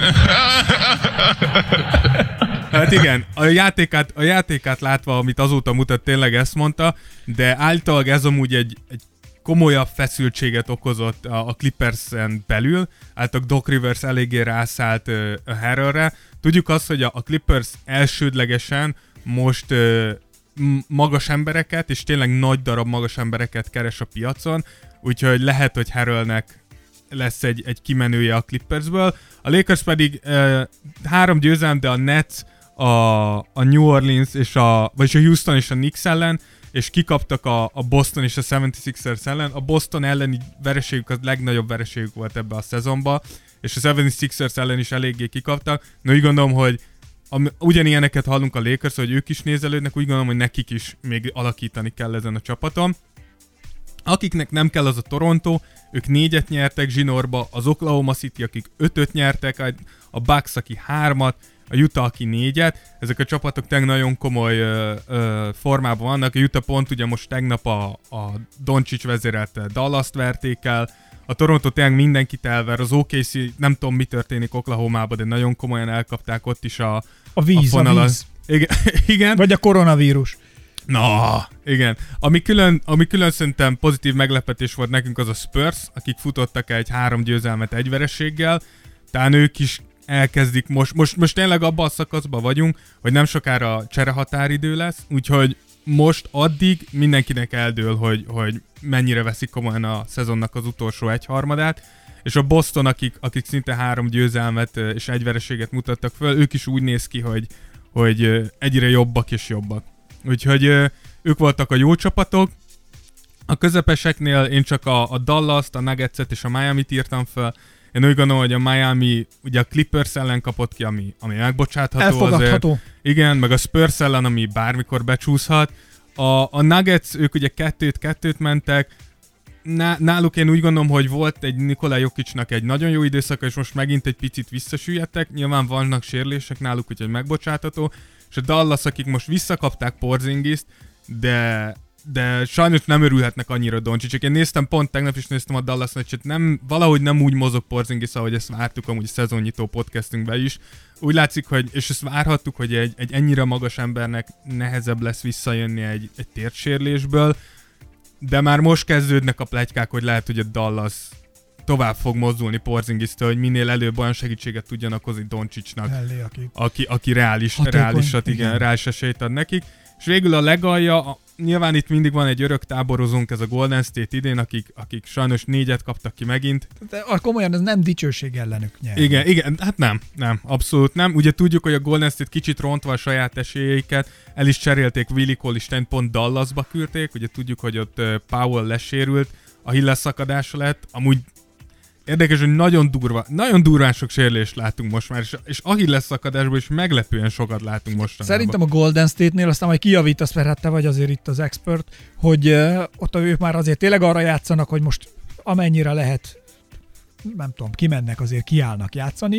Hát igen, a játékát látva, amit azóta mutat, tényleg ezt mondta, de általában ez amúgy egy komolyabb feszültséget okozott a Clippersen belül, általában Doc Rivers eléggé rászállt a Harrellre. Tudjuk azt, hogy a Clippers elsődlegesen most magas embereket, és tényleg nagy darab magas embereket keres a piacon, úgyhogy lehet, hogy Harrellnek lesz egy kimenője a Clippersből. A Lakers pedig 3 győzelem, de a Nets, a New Orleans, vagyis a Houston és a Knicks ellen, és kikaptak a Boston és a 76ers ellen. A Boston elleni vereségük az legnagyobb vereségük volt ebbe a szezonban, és a 76ers ellen is eléggé kikaptak. Na úgy gondolom, hogy ugyanilyeneket hallunk a Lakers, hogy ők is nézelődnek, úgy gondolom, hogy nekik is még alakítani kell ezen a csapaton. Akiknek nem kell, az a Toronto, ők 4-et nyertek zsinórba, az Oklahoma City, akik 5-öt nyertek, a Bucks, aki 3-at, a Utah, aki 4-et. Ezek a csapatok tényleg nagyon komoly formában vannak. A Utah pont ugye most tegnap a Doncic vezérelt Dallast verték el, A Toronto tényleg mindenkit elver, az OKC, nem tudom mi történik Oklahomában, de nagyon komolyan elkapták ott is a víz. Igen. Vagy a koronavírus. Na, igen. Ami külön szerintem pozitív meglepetés volt nekünk, az a Spurs, akik futottak egy 3 győzelmet 1 vereséggel, tehát ők is elkezdik, most tényleg abban a szakaszban vagyunk, hogy nem sokára cserehatáridő lesz, úgyhogy most addig mindenkinek eldől, hogy mennyire veszik komolyan a szezonnak az utolsó egyharmadát, és a Boston, akik szinte 3 győzelmet és 1 vereséget mutattak föl, ők is úgy néz ki, hogy egyre jobbak és jobbak. Úgyhogy ők voltak a jó csapatok. A közepeseknél én csak a Dallas-t, a Nuggets-et és a Miami-t írtam fel. Én úgy gondolom, hogy a Miami ugye a Clippers ellen kapott ki, ami megbocsátható. Elfogadható. Azért. Igen, meg a Spurs ellen, ami bármikor becsúszhat. A Nuggets, ők ugye 2-2 mentek. Náluk én úgy gondolom, hogy volt egy Nikola Jokicnak egy nagyon jó időszaka, és most megint egy picit visszasüllyedtek. Nyilván vannak sérülések náluk, úgyhogy megbocsátható. És a Dallas, akik most visszakapták Porzingist, de sajnos nem örülhetnek annyira Doncsicsik. Én néztem, pont tegnap is néztem a Dallas meccset, valahogy nem úgy mozog Porzingis, ahogy ezt vártuk amúgy a szezonnyitó podcastünkben is. Úgy látszik, és ezt várhattuk, hogy egy ennyire magas embernek nehezebb lesz visszajönni egy térsérlésből, de már most kezdődnek a pletykák, hogy lehet, hogy a Dallas tovább fog mozdulni Porzingistől, hogy minél előbb olyan segítséget tudjanak hozni Doncsicsnak, aki reális esélyt ad nekik. És végül a legalja, nyilván itt mindig van egy örök táborozónk, ez a Golden State idén, akik sajnos 4-et kaptak ki megint. De komolyan ez nem dicsőség ellenük nyert. Igen, hát nem, abszolút nem. Ugye tudjuk, hogy a Golden State kicsit rontva a saját esélyeiket, el is cserélték Willie Cauley-Stein, pont Dallasba küldték, ugye tudjuk, hogy ott Powell lesérült, a Hilles szakadása lett, amúgy érdekes, hogy nagyon durván sok sérülést látunk most már, és Achilles szakadásból is meglepően sokat látunk mostanában. Szerintem a Golden State-nél, aztán majd kijavítasz, mert hát te vagy azért itt az expert, hogy ott ők már azért tényleg arra játszanak, hogy most amennyire lehet, nem tudom, kimennek azért, kiállnak játszani,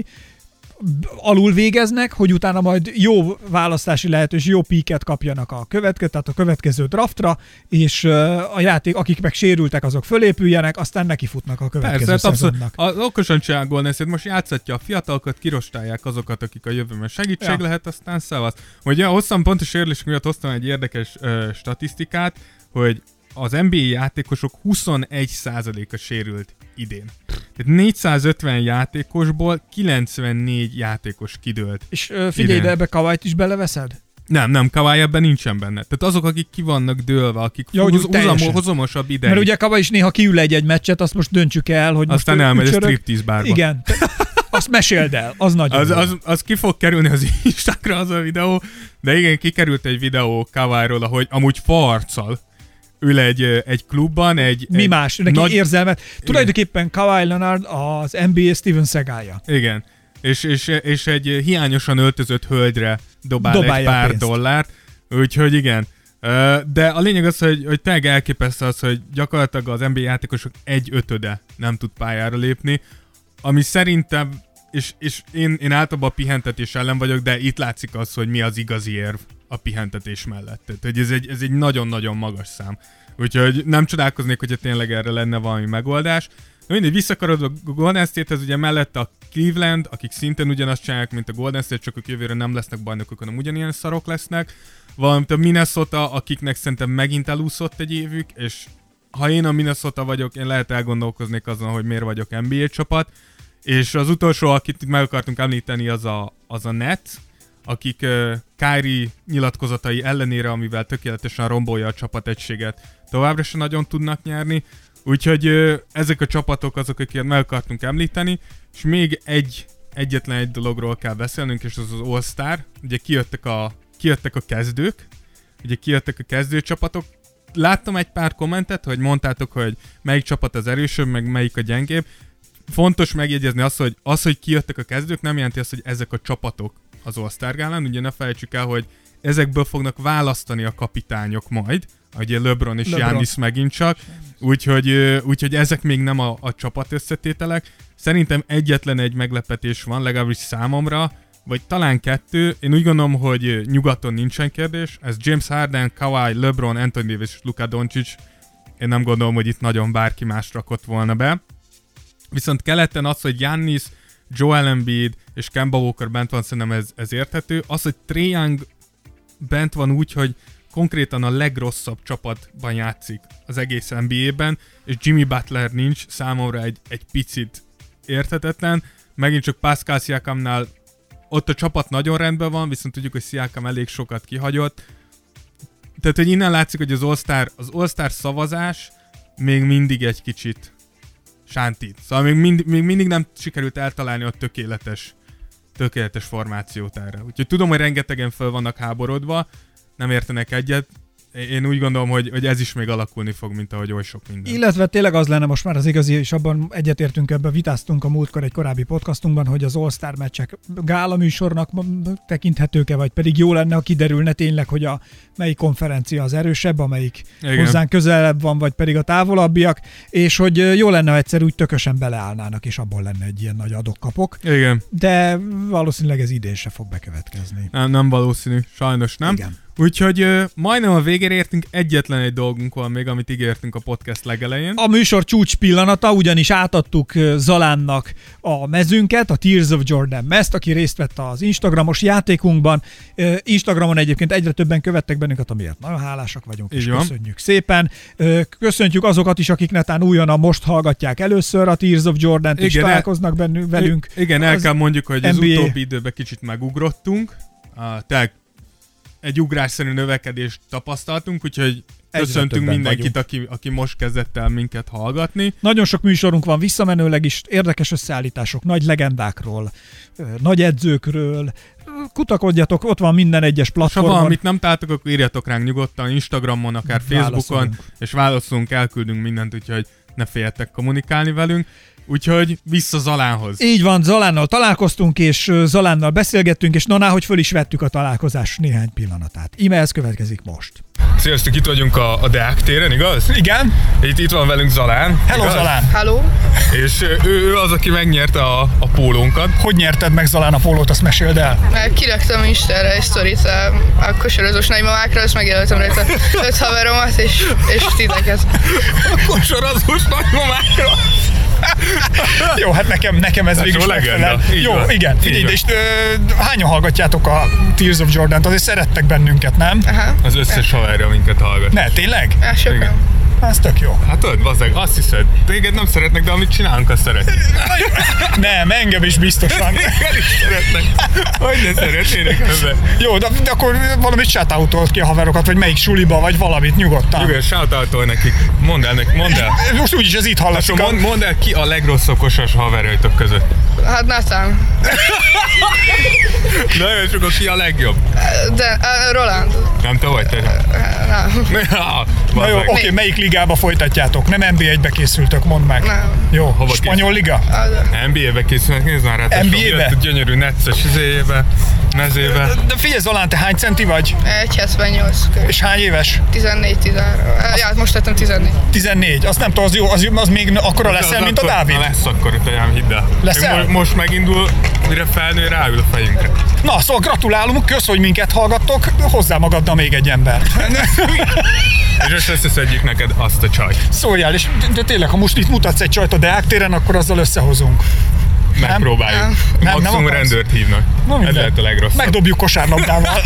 alul végeznek, hogy utána majd jó választási lehetőség, jó píket kapjanak tehát a következő draftra, és a játék, akik meg sérültek, azok fölépüljenek, aztán nekifutnak a következő szezonnak. Az okosan csinál Golden State, most játszatja a fiatalokat, kirostálják azokat, akik a jövőben segítség lehet, aztán szevasz. Ugye a hosszan pontos sérülések miatt hoztam egy érdekes statisztikát, hogy az NBA játékosok 21%-a sérült idén. Tehát 450 játékosból 94 játékos kidőlt. És figyelj, de ebbe Kawait is beleveszed? Nem, Kawai ebben nincsen benne. Tehát azok, akik ki vannak dőlve, akik hozamosabb ideig. Mert ugye Kawai is néha kiül egy meccset, azt most döntsük el, hogy aztán most elmegy a striptease bárba. Igen. Azt meséld el, az nagyon az ki fog kerülni az Instagramra az a videó, de igen, kikerült egy videó Kawairól, ahogy amúgy farccal ül egy klubban, Mi más? Neki érzelmet. Tulajdonképpen Kawhi Leonard az NBA Steven Seagalja. Igen. És egy hiányosan öltözött hölgyre dobálja egy pár dollárt. Úgyhogy igen. De a lényeg az, hogy tényleg elképesztő az, hogy gyakorlatilag az NBA játékosok 1/5 nem tud pályára lépni, ami szerintem, és én általában a pihentetés ellen vagyok, de itt látszik az, hogy mi az igazi érv a pihentetés mellett. Tehát, hogy ez egy nagyon-nagyon magas szám. Úgyhogy nem csodálkoznék, hogyha tényleg erre lenne valami megoldás. Mindegy, visszakarodva a Golden State-hez, ugye mellett a Cleveland, akik szintén ugyanazt csinálják, mint a Golden State, csak ők jövőre nem lesznek bajnokok, hanem ugyanilyen szarok lesznek. Valamint a Minnesota, akiknek szerintem megint elúszott egy évük, és ha én a Minnesota vagyok, én lehet elgondolkoznék azon, hogy miért vagyok NBA csapat. És az utolsó, akit meg akartunk említeni, az a Nets, akik Kyrie nyilatkozatai ellenére, amivel tökéletesen rombolja a csapategységet, továbbra sem nagyon tudnak nyerni. Úgyhogy ezek a csapatok azok, akiket meg akartunk említeni, és még egyetlen egy dologról kell beszélnünk, és az az All-Star. Ugye kijöttek a kezdők, ugye kijöttek a kezdőcsapatok. Láttam egy pár kommentet, hogy mondtátok, hogy melyik csapat az erősebb, meg melyik a gyengébb. Fontos megjegyezni az, hogy kijöttek a kezdők, nem jelenti azt, hogy ezek a csapatok az All-Star gálán. Ugye ne felejtsük el, hogy ezekből fognak választani a kapitányok majd, ugye LeBron és Giannis megint csak, úgyhogy ezek még nem a csapat összetételek. Szerintem egyetlen egy meglepetés van, legalábbis számomra, vagy talán 2. Én úgy gondolom, hogy nyugaton nincsen kérdés. Ez James Harden, Kawhi, LeBron, Anthony Davis és Luka Doncic. Én nem gondolom, hogy itt nagyon bárki más rakott volna be. Viszont keleten az, hogy Giannis, Joel Embiid és Kemba Walker bent van, szerintem ez érthető. Az, hogy Trae Young bent van úgy, hogy konkrétan a legrosszabb csapatban játszik az egész NBA-ben, és Jimmy Butler nincs, számomra egy picit érthetetlen. Megint csak Pascal Siakamnál ott a csapat nagyon rendben van, viszont tudjuk, hogy Siakam elég sokat kihagyott. Tehát, hogy innen látszik, hogy az All-Star szavazás még mindig egy kicsit sántít. Szóval még mindig nem sikerült eltalálni a tökéletes formációt erre. Úgyhogy tudom, hogy rengetegen föl vannak háborodva, nem értenek egyet. Én úgy gondolom, hogy ez is még alakulni fog, mint ahogy oly sok minden. Illetve tényleg az lenne most már az igazi, és abban egyetértünk, ebben vitáztunk a múltkor egy korábbi podcastunkban, hogy az All-Star meccsek gála műsornak tekinthetők-e, vagy pedig jó lenne, ha kiderülne tényleg, hogy melyik konferencia az erősebb, amelyik hozzánk közelebb van, vagy pedig a távolabbiak, és hogy jó lenne, ha egyszer úgy tökösen beleállnának, és abból lenne egy ilyen nagy adok-kapok. Igen. De valószínűleg ez idén se fog bekövetkezni. Nem valószínű, sajnos nem. Igen. Úgyhogy majdnem a végére értünk, egyetlen egy dolgunk van még, amit ígértünk a podcast legelején. A műsor csúcs pillanata, ugyanis átadtuk Zalánnak a mezünket, a Tears of Jordan mezt, aki részt vett az Instagramos játékunkban. Instagramon egyébként egyre többen követtek bennünket, amiért nagyon hálásak vagyunk, és köszönjük szépen. Köszöntjük azokat is, akik netán újonnan most hallgatják először a Tears of Jordan-t, és találkoznak velünk. Igen, el kell mondjuk, hogy az utóbbi időben kicsit megugrottunk. Tehát egy ugrásszerű növekedést tapasztaltunk, úgyhogy köszöntünk mindenkit, aki most kezdett el minket hallgatni. Nagyon sok műsorunk van visszamenőleg is, érdekes összeállítások, nagy legendákról, nagy edzőkről. Kutakodjatok, ott van minden egyes platformon. Ha valamit nem találtok, akkor írjatok ránk nyugodtan Instagramon, akár Facebookon, és válaszolunk, elküldünk mindent, úgyhogy ne féljetek kommunikálni velünk. Úgyhogy vissza Zalánhoz. Így van, Zalánnal találkoztunk, és Zalánnal beszélgettünk, és hogy föl is vettük a találkozás néhány pillanatát. Íme ez következik most. Sziasztok, itt vagyunk a Deák téren, igaz? Igen. Itt van velünk Zalán. Hello, igaz? Zalán. Hello. És ő az, aki megnyerte a pólónkat. Hogy nyerted meg, Zalán, a pólót, azt meséld el. Kiraktam Instagra egy sztorit a kosarazós nagymamákra, azt megjelöltem rajta 5 haveromat és titeket. A kosarazós nagymamákra? Jó, hát nekem ez végül is megfelel. Jó, van. Igen. Figyelj, és hányan hallgatjátok a Tears of Jordan-t? Azért szerettek bennünket, nem? Aha. Az összes haverja minket hallgat. Ne, tényleg? Sokan. Ez tök jó. Hát tudod, bazdmeg, azt hiszed, téged nem szeretnek, de amit csinálunk, azt szeretik. Nem, engem is biztosan. Engem is szeretnek. Hogy ne szeretnének ebben? Jó, de akkor valamit shoutoutolt ki a haverokat, vagy melyik suliba, vagy valamit nyugodtan. Nyugodtan, shoutoutol nekik. Mondd el. Most úgyis ez itt hallatszik. Mondd el, ki a legrosszabb kosas haverjaitok között. Hát Nathan. Nagyon sokan, ki a legjobb? De Roland. Nem te vagy te? Nem. Na jó, oké, melyik ligába folytatjátok? Nem NBA-be készültök, mondd meg. Nem. Jó, hova spanyol liga? NBA-be készülnek, nézd már rá. NBA-be? Gyönyörű netszes izéjébe, mezébe. De figyelj, Zalán, te hány centi vagy? 1,78. És hány éves? 14-13. Ja, most lettem 14. 14. Azt nem tudom, az még akkora leszel, mint a Dávid? Lesz akkor, te hidd el. Leszel? Most megindul, mire felnő, ráül a fejünkre. Na, szóval gratulálunk, kösz, hogy minket hallgattok, hozzá magaddal még egy embert. És összeszedjük neked azt a csajt. Szóljál, és de tényleg, ha most itt mutatsz egy csajt a Deák téren, akkor azzal összehozunk. Megpróbáljuk. Maximum rendőrt hívnak. Ez lehet a legrosszabb. Megdobjuk kosárlabdával.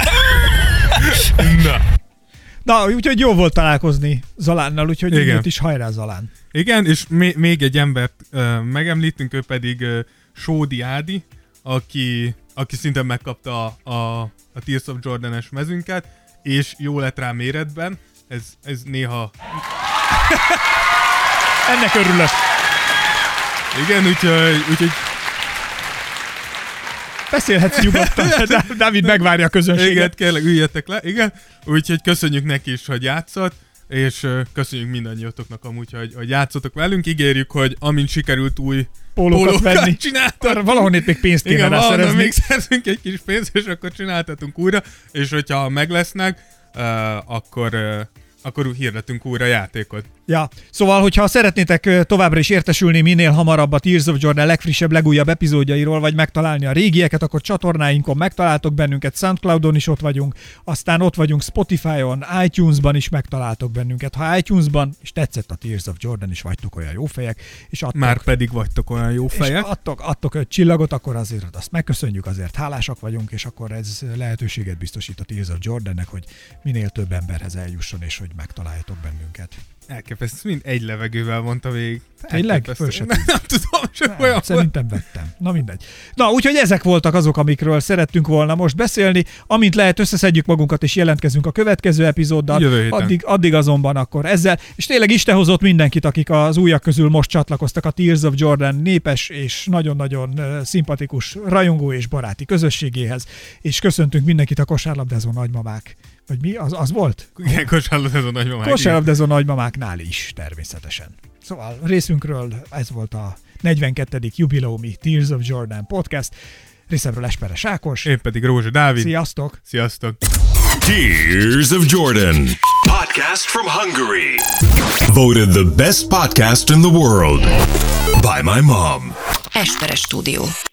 Na, úgyhogy jó volt találkozni Zalánnal, úgyhogy itt is hajrá, Zalán. Igen, és még egy embert megemlítünk, ő pedig Sódi Ádi, aki szintén megkapta a Tears of Jordan-es mezünket, és jó lett rá méretben. Ez néha... Ennek örülök. Igen, úgyhogy... Beszélhetsz nyugodtan, Dávid megvárja a közönséget. Igen, kérlek, üljetek le, igen. Úgyhogy köszönjük neki is, hogy játszott, és köszönjük mindannyiatoknak amúgy, hogy játszotok velünk. Ígérjük, hogy amint sikerült új pólókat csináltak. Valahonnét még pénzt kéne rá szerezni. Még szerzünk egy kis pénzt, és akkor csináltatunk újra, és hogyha meg lesznek, akkor akkor hirdetünk újra játékot. Ja, szóval, hogyha szeretnétek továbbra is értesülni minél hamarabb a Tears of Jordan legfrissebb, legújabb epizódjairól, vagy megtalálni a régieket, akkor csatornáinkon megtaláltok bennünket, Soundcloudon is ott vagyunk, aztán ott vagyunk Spotify-on, iTunes-ban is megtaláltok bennünket. Ha iTunes-ban is tetszett a Tears of Jordan, és vagytok olyan jó fejek, és adtok, már pedig vagytok olyan jó fejek. És adtok 5 csillagot, akkor azért azt megköszönjük, azért hálásak vagyunk, és akkor ez lehetőséget biztosít a Tears of Jordannek, hogy minél több emberhez eljusson, és hogy megtaláljatok bennünket. Elképesztő, mind egy levegővel mondta végig. Tényleg? Nem tudom, sem olyan. Szerintem vettem. Na mindegy. Na, úgyhogy ezek voltak azok, amikről szerettünk volna most beszélni. Amint lehet, összeszedjük magunkat, és jelentkezünk a következő epizóddal. Addig azonban akkor ezzel. És tényleg Isten hozott mindenkit, akik az újak közül most csatlakoztak a Tears of Jordan népes és nagyon-nagyon szimpatikus rajongó és baráti közösségéhez. És köszöntünk mindenkit a kosárlabdázó nagymamák. Vagy mi? Az volt? Igen, kosárlabdázó nagymamák. Kosárlabdázó nagymamáknál is, természetesen. Szóval részünkről ez volt a 42. jubileumi Tears of Jordan podcast. Részemről Esperes Ákos. Én pedig Rózsa Dávid. Sziasztok! Sziasztok! Tears of Jordan. Podcast from Hungary. Voted the best podcast in the world by my mom. Esperes Stúdió.